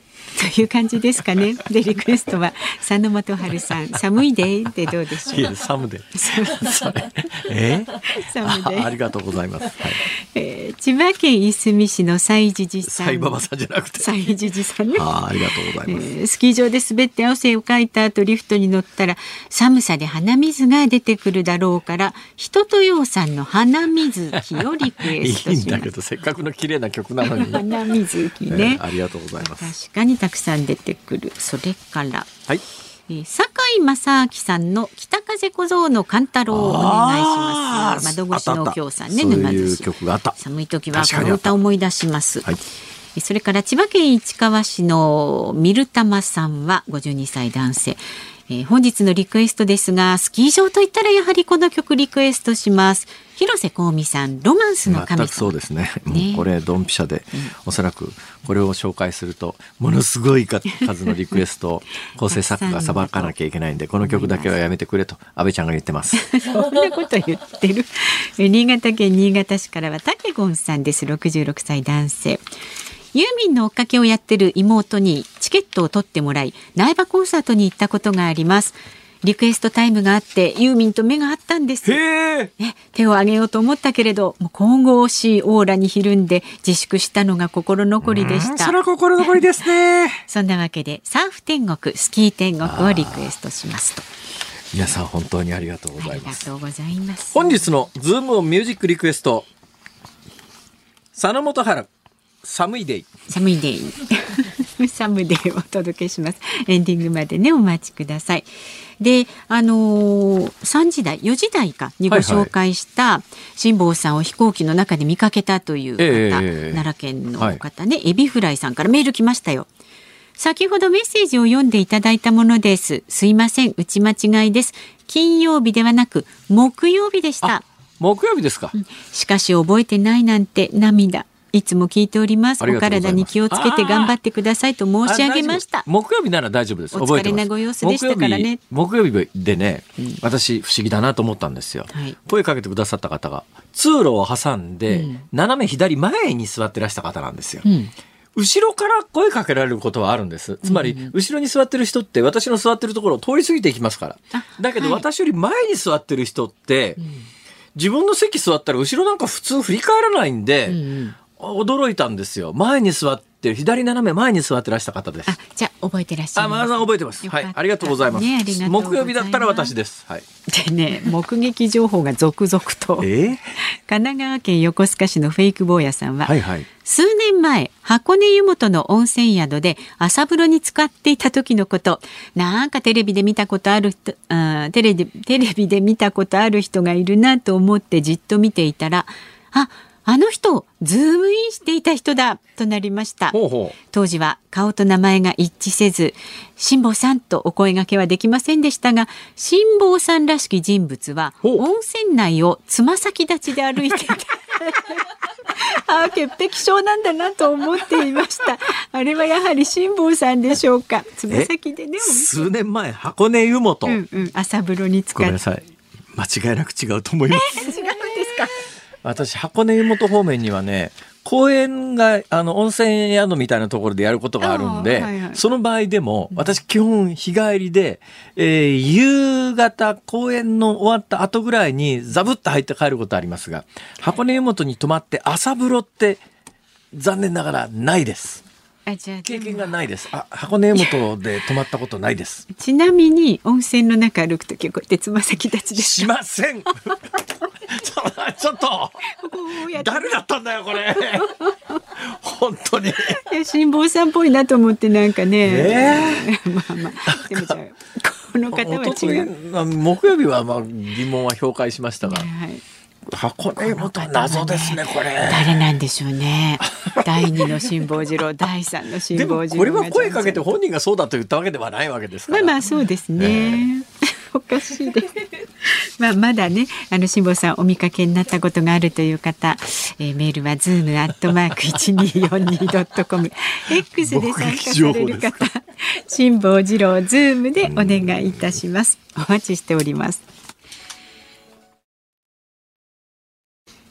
という感じですかね。でリクエストは佐野元春さん、寒いでってどうでしょう。 いや寒でえ寒いであ, ありがとうございます、はいえー、千葉県いすみ市の西じじさん、 サイババさんじゃなくて西じじさんね。 あ, ありがとうございます、 えー、スキー場で滑って汗をかいた後リフトに乗ったら寒さで鼻水が出てくるだろうから人とようさんの鼻水木をリクエストします。 いいんだけどせっかくの綺麗な曲なのに鼻水木ね、 えー、ありがとうございます。 確かにたくさん出てくる。それから、 はい、 えー、堺正明さんの北風小僧の勘太郎をお願いします。窓越しの京さんね、沼津市。寒い時はこの歌を思い出します、はい。それから千葉県市川市のミルタマさんはごじゅうにさい男性、えー、本日のリクエストですがスキー場といったらやはりこの曲リクエストします。広瀬香美さん、ロマンスの神様。 全くそうですね。もうこれドンピシャで、うん、おそらくこれを紹介するとものすごい数のリクエストを構成作家がさばかなきゃいけないんでこの曲だけはやめてくれと安倍ちゃんが言ってます。 そんなこと言ってる。新潟県新潟市からはタケゴンさんです。ろくじゅうろくさい男性。ユーミンの追っかけをやってる妹にチケットを取ってもらい苗場コンサートに行ったことがあります。リクエストタイムがあってユーミンと目が合ったんです。 へー、 ね、手を挙げようと思ったけれどもう神々しいオーラにひるんで自粛したのが心残りでした。 それは心残りですね。 そんなわけでサーフ天国スキー天国をリクエストしますと。 皆さん本当にありがとうございます。 ありがとうございます。 本日のズームオンミュージックリクエスト佐野元春寒いデイ。 寒いデイ寒いデイをお届けします。エンディングまでねお待ちください。で、あのー、さんじ台よじ台かにご紹介した辛坊さんを飛行機の中で見かけたという方、えー、奈良県の方ね、はい、エビフライさんからメール来ましたよ。先ほどメッセージを読んでいただいたものです。すいません、打ち間違いです。金曜日ではなく木曜日でした。 木曜日ですか、 うん、しかし覚えてないなんて涙。いつも聞いております。お体に気をつけて頑張ってくださいと申し上げました。 木曜日なら大丈夫です。 お疲れなご様子でしたからね。 木曜日、木曜日でね、うん、私不思議だなと思ったんですよ、はい、声かけてくださった方が通路を挟んで、うん、斜め左前に座ってらした方なんですよ、うん、後ろから声かけられることはあるんです。つまり、うんうん、後ろに座ってる人って私の座ってるところを通り過ぎていきますから。だけど、はい、私より前に座ってる人って、うん、自分の席座ったら後ろなんか普通振り返らないんで、うんうん、驚いたんですよ。前に座って左斜め前に座ってらした方です。 あ、じゃあ覚えてらっしゃる。 あ、まさん覚えてます。はい、ありがとうございます。ね、木曜日だったら私です。はい。 でね、目撃情報が続々と。えー、神奈川県横須賀市のフェイク坊やさんは、はいはい、数年前箱根湯本の温泉宿で朝風呂に浸かっていた時のこと。なんかテレビで見たことある人、あ、テレビテレビで見たことある人がいるなと思ってじっと見ていたら、あ、あの人ズームインしていた人だとなりました。ほうほう。当時は顔と名前が一致せず辛坊さんとお声掛けはできませんでしたが、辛坊さんらしき人物は温泉内をつま先立ちで歩いていたあ、潔癖症なんだなと思っていました。あれはやはり辛坊さんでしょうか。つま先でね。 数年前箱根湯本、 うんうん、朝風呂に浸かって。 ごめんなさい、間違いなく違うと思います。 違うんですか。 私箱根湯本方面にはね公園があの温泉宿みたいなところでやることがあるんで、はいはい、その場合でも私基本日帰りで、えー、夕方公演の終わった後ぐらいにザブッと入って帰ることありますが、箱根湯本に泊まって朝風呂って残念ながらないです。 あ、じゃあ経験がないです。あ、箱根湯本で泊まったことないです。 ちなみに温泉の中歩くときこうやってつま先立ちですしませんちょっと誰だったんだよこれ本当に。いや、辛坊さんっぽいなと思ってなんかね、えー、まあまあでもじゃあこの方は違う。 木曜日はまあ疑問は評価しましたが、はい、箱根湯本は謎ですね。これ誰なんでしょうね。だいにの辛坊治郎、だいさんの辛坊治郎。 でもこれは声かけて本人がそうだと言ったわけではないわけですから。 まあまあそうですね、えーおかしいですまあまだね、あの辛坊さんお見かけになったことがあるという方、えー、メールは ズームアットマークいちにーよんにードットコム X で参加される方、辛坊治郎ズームでお願いいたします。お待ちしております。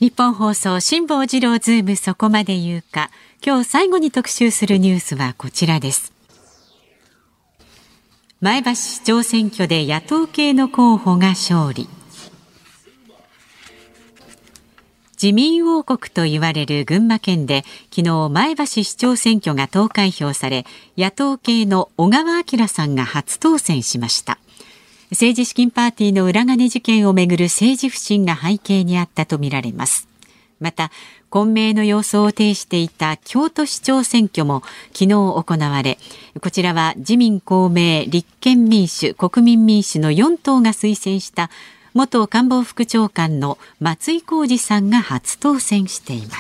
日本放送辛坊治郎ズームそこまで言うか。今日最後に特集するニュースはこちらです。前橋市長選挙で野党系の候補が勝利。自民王国と言われる群馬県で昨日前橋市長選挙が投開票され、野党系の小川晃さんが初当選しました。政治資金パーティーの裏金事件をめぐる政治不信が背景にあったとみられます。また混迷の様相を呈していた京都市長選挙も昨日行われ、こちらは自民公明立憲民主国民民主のよん党が推薦した元官房副長官の松井浩二さんが初当選しています。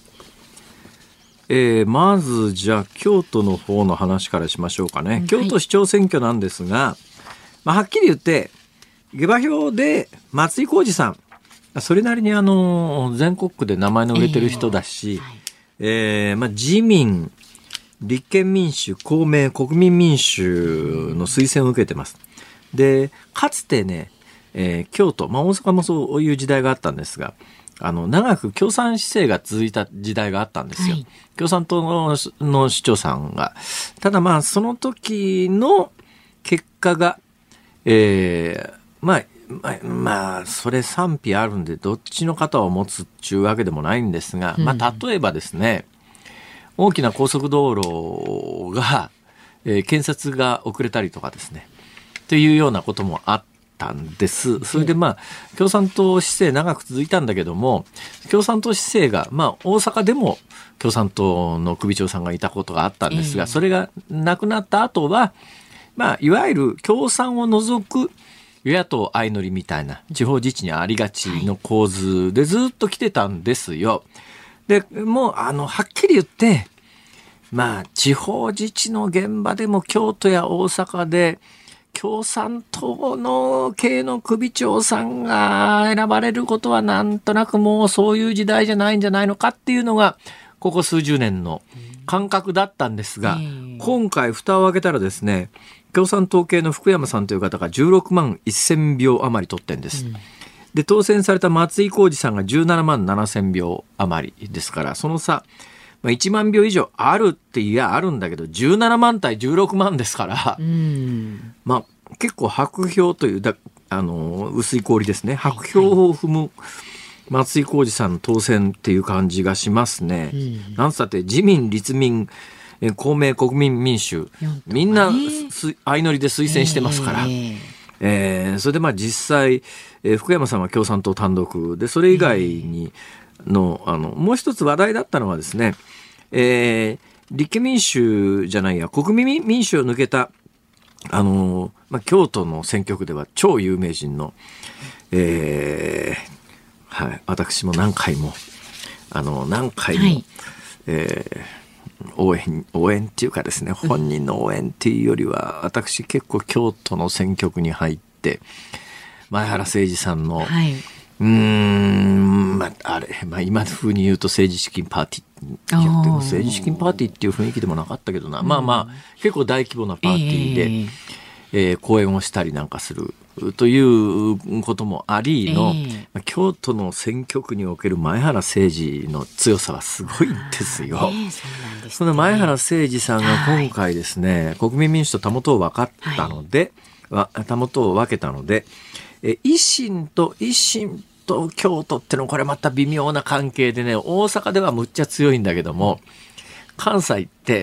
えー、まずじゃあ京都の方の話からしましょうかね、はい、京都市長選挙なんですが、まあ、はっきり言って下馬評で松井浩二さんそれなりにあの全国区で名前の売れてる人だし、えーはいえーまあ、自民立憲民主公明国民民主の推薦を受けてます。でかつてねえー、京都、まあ、大阪もそういう時代があったんですが、あの長く共産姿勢が続いた時代があったんですよ、はい、共産党 の, の市長さんが。ただまあその時の結果が、えー、まあまあ、まあ、それ賛否あるんでどっちの肩を持つっていうわけでもないんですが、うんまあ、例えばですね大きな高速道路が、えー、建設が遅れたりとかですねというようなこともあってたんです。それでまあ共産党姿勢長く続いたんだけども、共産党姿勢がまあ大阪でも共産党の首長さんがいたことがあったんですが、それがなくなった後はまあいわゆる共産を除く与野党相乗りみたいな地方自治にありがちの構図でずっと来てたんですよ。でもうあのはっきり言ってまあ地方自治の現場でも京都や大阪で共産党の系の首長さんが選ばれることはなんとなくもうそういう時代じゃないんじゃないのかっていうのがここ数十年の感覚だったんですが、今回蓋を開けたらですね共産党系の福山さんという方がじゅうろくまんせんひょう余り取ってんです。で当選された松井浩二さんがじゅうななまんななせんひょう余りですから、その差まあ、いちまんひょう以上あるっていやあるんだけどじゅうななまん対じゅうろくまんですから、うんまあ、結構薄票というだあの薄い氷ですね。薄票を踏む松井浩二さんの当選っていう感じがしますね、うん、なんつったって自民立民公明国民民主みんな相乗りで推薦してますから、えーえー、それでまあ実際、えー、福山さんは共産党単独でそれ以外に、えーのあのもう一つ話題だったのはですね、えー、立憲民主じゃないや国民民主を抜けたあの、まあ、京都の選挙区では超有名人の、えーはい、私も何回もあの何回も、はいえー、応援応援っていうかですね本人の応援っていうよりは私結構京都の選挙区に入って前原誠司さんの、はいうーん、まあ、あれ、まあ、今風に言うと政治資金パーティー。いや、でも政治資金パーティーっていう雰囲気でもなかったけどな。まあまあ、結構大規模なパーティーで、えーえー、講演をしたりなんかするということもありの、えー、京都の選挙区における前原誠司の強さはすごいんですよ。えー、そうなんですね。その前原誠司さんが今回ですね、はい、国民民主とたもとを分かったので、はい、たもとを分けたので、え維新と維新と京都ってのこれまた微妙な関係でね大阪ではむっちゃ強いんだけども関西って、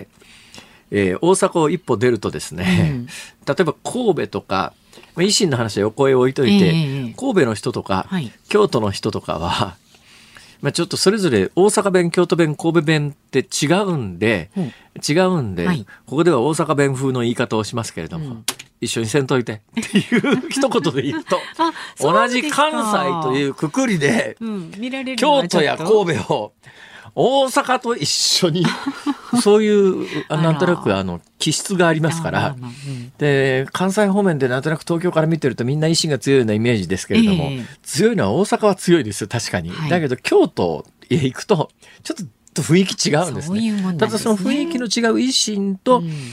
えー、大阪を一歩出るとですね、うん、例えば神戸とか維新の話は横へ置いといて、えー、神戸の人とか、はい、京都の人とかは、まあ、ちょっとそれぞれ大阪弁京都弁神戸弁って違うんで、うん、違うんで、はい、ここでは大阪弁風の言い方をしますけれども、うん一緒にせんといてっていう一言で言うと同じ関西というくくりで、うん、見られる京都や神戸を大阪と一緒にそういうなんとなくあの気質がありますからで関西方面でなんとなく東京から見てるとみんな維新が強いようなイメージですけれども、えー、強いのは大阪は強いですよ確かに、はい、だけど京都へ行くとちょっと雰囲気違うんですね。そういうもんなんですね。ただその雰囲気の違う維新と、うん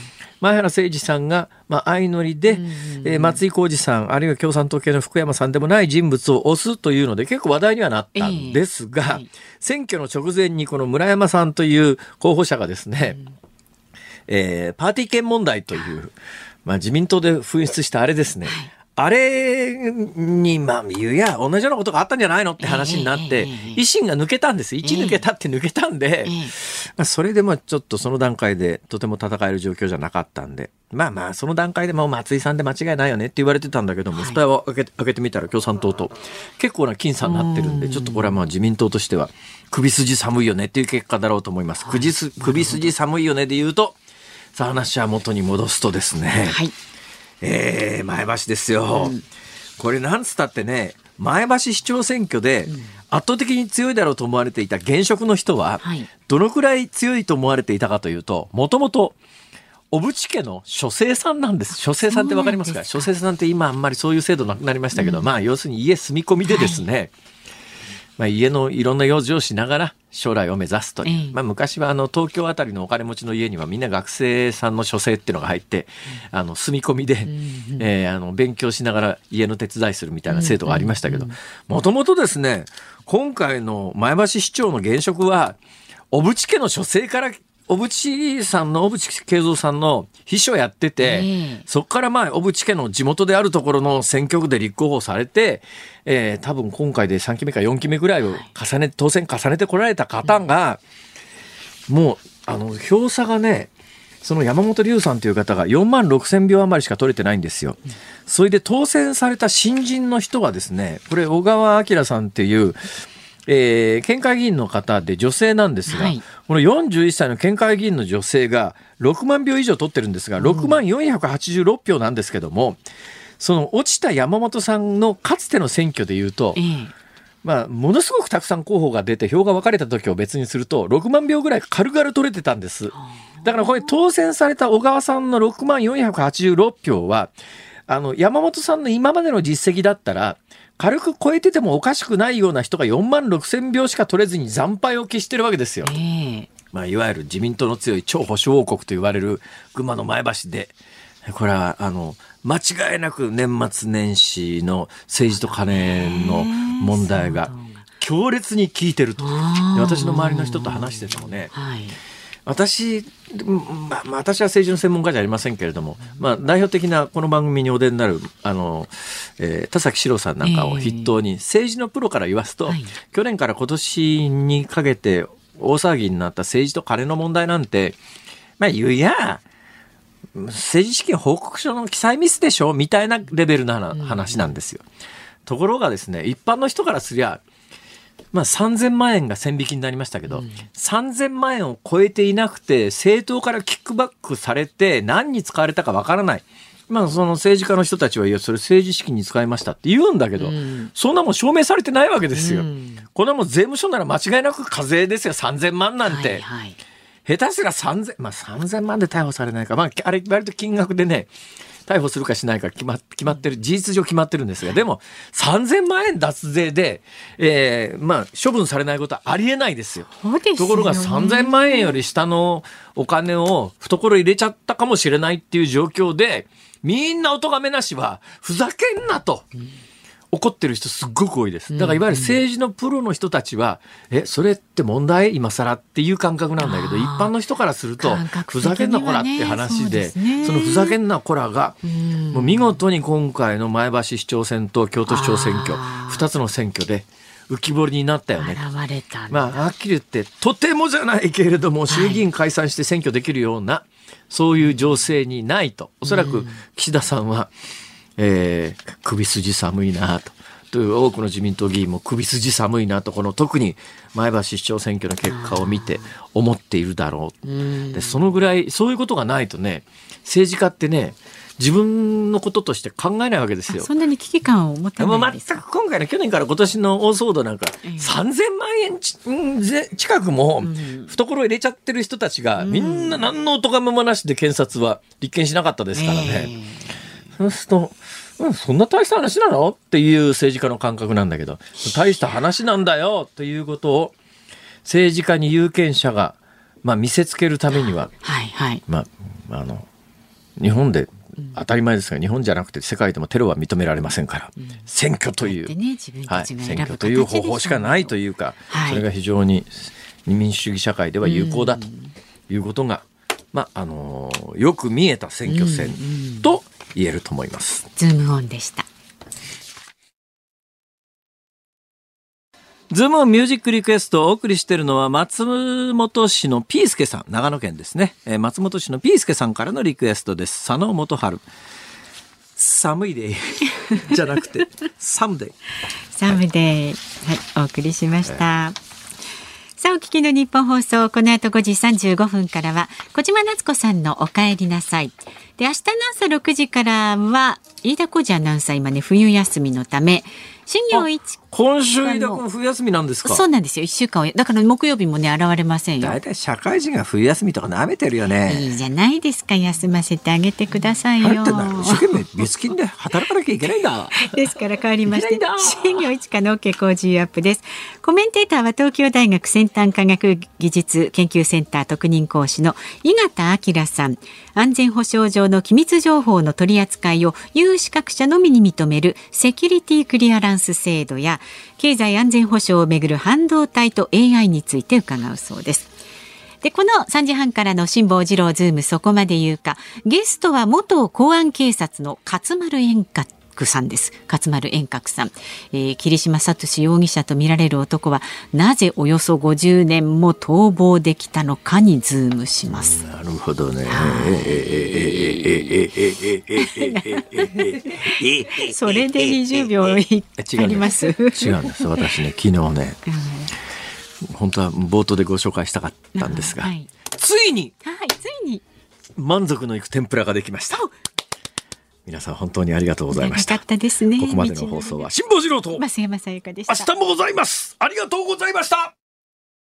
前原誠司さんが、まあ、相乗りで、えー、松井浩二さんあるいは共産党系の福山さんでもない人物を推すというので結構話題にはなったんですが、えーはい、選挙の直前にこの村山さんという候補者がですね、うんえー、パーティー券問題という、まあ、自民党で噴出したあれですね、はいあれに、まあ、言うや、同じようなことがあったんじゃないのって話になって、維新が抜けたんです。いち抜けたって抜けたんで、まあ、それでもちょっとその段階でとても戦える状況じゃなかったんで、まあまあ、その段階でもう松井さんで間違いないよねって言われてたんだけども、はい、蓋を開けて、開けてみたら共産党と結構な僅差になってるんで、ちょっとこれはまあ自民党としては首筋寒いよねっていう結果だろうと思います。はい、首筋寒いよねで言うと、さあ話は元に戻すとですね、はいえー、前橋ですよ、うん、これなんつったってね前橋市長選挙で圧倒的に強いだろうと思われていた現職の人はどのくらい強いと思われていたかというともともと小渕家の書生さんなんです。書生さんってわかりますか？書生さんって今あんまりそういう制度なくなりましたけど、うん、まあ要するに家住み込みでですね、はいまあ、家のいろんな用事をしながら将来を目指すという、えーまあ、昔はあの東京あたりのお金持ちの家にはみんな学生さんの書生っていうのが入って、うん、あの住み込みで、うんえー、あの勉強しながら家の手伝いするみたいな制度がありましたけどもともとですね今回の前橋市長の現職は小渕家の書生から小渕さんの小渕恵三さんの秘書やってて、えー、そこからまあ小渕家の地元であるところの選挙区で立候補されて、えー、多分今回でさんきめかよんきめぐらいを重ね当選重ねてこられた方が、うん、もうあの票差がねその山本龍さんという方がよんまんろくせんひょう余りしか取れてないんですよ、うん、それで当選された新人の人はですねこれ小川明さんっていうえー、県会議員の方で女性なんですが、はい、このよんじゅういっさいの県会議員の女性がろくまんひょう以上取ってるんですが、ろくまんよんひゃくはちじゅうろくひょうなんですけども、その落ちた山本さんのかつての選挙でいうと、えーまあ、ものすごくたくさん候補が出て票が分かれた時を別にするとろくまんひょうぐらい軽々取れてたんです。だからこれ当選された小川さんのろくまんよんひゃくはちじゅうろくひょうはあの山本さんの今までの実績だったら軽く超えててもおかしくないような人がよんまんろくせんひょうしか取れずに惨敗を喫してるわけですよ、えーまあ、いわゆる自民党の強い超保守王国と言われる群馬の前橋でこれはあの間違いなく年末年始の政治と金の問題が強烈に効いてると私の周りの人と話しててもね、はい私、まあ、私は政治の専門家じゃありませんけれども、まあ、代表的なこの番組にお出になるあの、えー、田崎史郎さんなんかを筆頭に、えー、政治のプロから言わすと、はい、去年から今年にかけて大騒ぎになった政治と金の問題なんて、まあ、言うや政治資金報告書の記載ミスでしょみたいなレベルな話なんですよ、うん、ところがですね一般の人からすりゃまあ、さんぜんまんえんが線引きになりましたけど、うん、さんぜんまんえんを超えていなくて政党からキックバックされて何に使われたかわからない、まあ、その政治家の人たちはいやそれ政治資金に使いましたって言うんだけど、うん、そんなもん証明されてないわけですよ、うん、こんなもん税務署なら間違いなく課税ですよさんぜんまんなんて、はいはい、下手すらさんぜん、まあ、さんぜんまんで逮捕されないか、まあ、あれ割と金額でね逮捕するかしないか決ま、決まってる事実上決まってるんですがでもさんぜんまんえん脱税で、えーまあ、処分されないことはありえないですよ。 そうですよね。 ところがさんぜんまんえんより下のお金を懐入れちゃったかもしれないっていう状況でみんなお咎めなしはふざけんなと、うん怒ってる人すっごく多いです。だからいわゆる政治のプロの人たちは、うんうん、えそれって問題今更っていう感覚なんだけど一般の人からすると、ね、ふざけんなこらって話 で, そ, で、ね、そのふざけんなこらが、うん、もう見事に今回の前橋市長選と京都市長選挙ふたつの選挙で浮き彫りになったよね。 現れたまあはっきり言ってとてもじゃないけれども衆議院解散して選挙できるような、はい、そういう情勢にないとおそらく岸田さんは、えー、首筋寒いなとという多くの自民党議員も首筋寒いなとこの特に前橋市長選挙の結果を見て思っているだろう。でそのぐらいそういうことがないとね政治家ってね自分のこととして考えないわけですよ。 そんなに危機感を持ってないですか。 全く今回の去年から今年の大騒動なんか、えー、さんぜんまんえんち近くも懐入れちゃってる人たちがみんな何のお咎めもなしで検察は立件しなかったですからね、えー、そうするとうん、そんな大した話なのっていう政治家の感覚なんだけど大した話なんだよということを政治家に有権者が、まあ、見せつけるためには、 はいはいまあ、あの日本で当たり前ですが、日本じゃなくて世界でもテロは認められませんから、うん、選挙という、ねはい、選挙という方法しかないというか、はい、それが非常に民主主義社会では有効だということが、うんまああのー、よく見えた選挙戦と言えると思います。 ズームオンでした。 ズームオンミュージックリクエストをお送りしているのは松本市のピースケさん、長野県ですね、えー、松本市のピースケさんからのリクエストです。佐野元春、寒いデイじゃなくてサムデイサムデイ、はい、はい、お送りしました、はい。さあお聞きの日本放送、この後ごじさんじゅうごふんからは小島夏子さんのお帰りなさいで、明日の朝ろくじからは飯田浩二アナウンサー、今ね冬休みのため新業一今週飯田君冬休みなんですか。 そうなんですよ、いっしゅうかんだから木曜日もね現れませんよ。 だいたい社会人が冬休みとか舐めてるよね。 いいじゃないですか、休ませてあげてくださいよ。 一生懸命月金で働かなきゃいけないんだですから変わりまして新業一課の OK 工事アップです。コメンテーターは東京大学先端科学技術研究センター特任講師の井形明さん、安全保障上の機密情報の取り扱いを有資格者のみに認めるセキュリティクリアランス制度や経済安全保障をめぐる半導体と エーアイ について伺うそうです。でこのさんじはんからの辛坊治郎ズームそこまで言うか、ゲストは元公安警察の勝丸円覚さんです。勝丸円覚さん、えー、霧島聡容疑者とみられる男はなぜおよそごじゅうねんも逃亡できたのかにズームします。 なるほどね。 それでにじゅうびょうあります。 違うんです。私ね昨日ね、本当は冒頭でご紹介したかったんですが、はい、ついに、 はい、ついに満足のいく天ぷらができました。皆さん本当にありがとうございました。 よかったですね。 ここまでの放送は辛坊治郎と増山さやかでした。 明日もございます。ありがとうございました。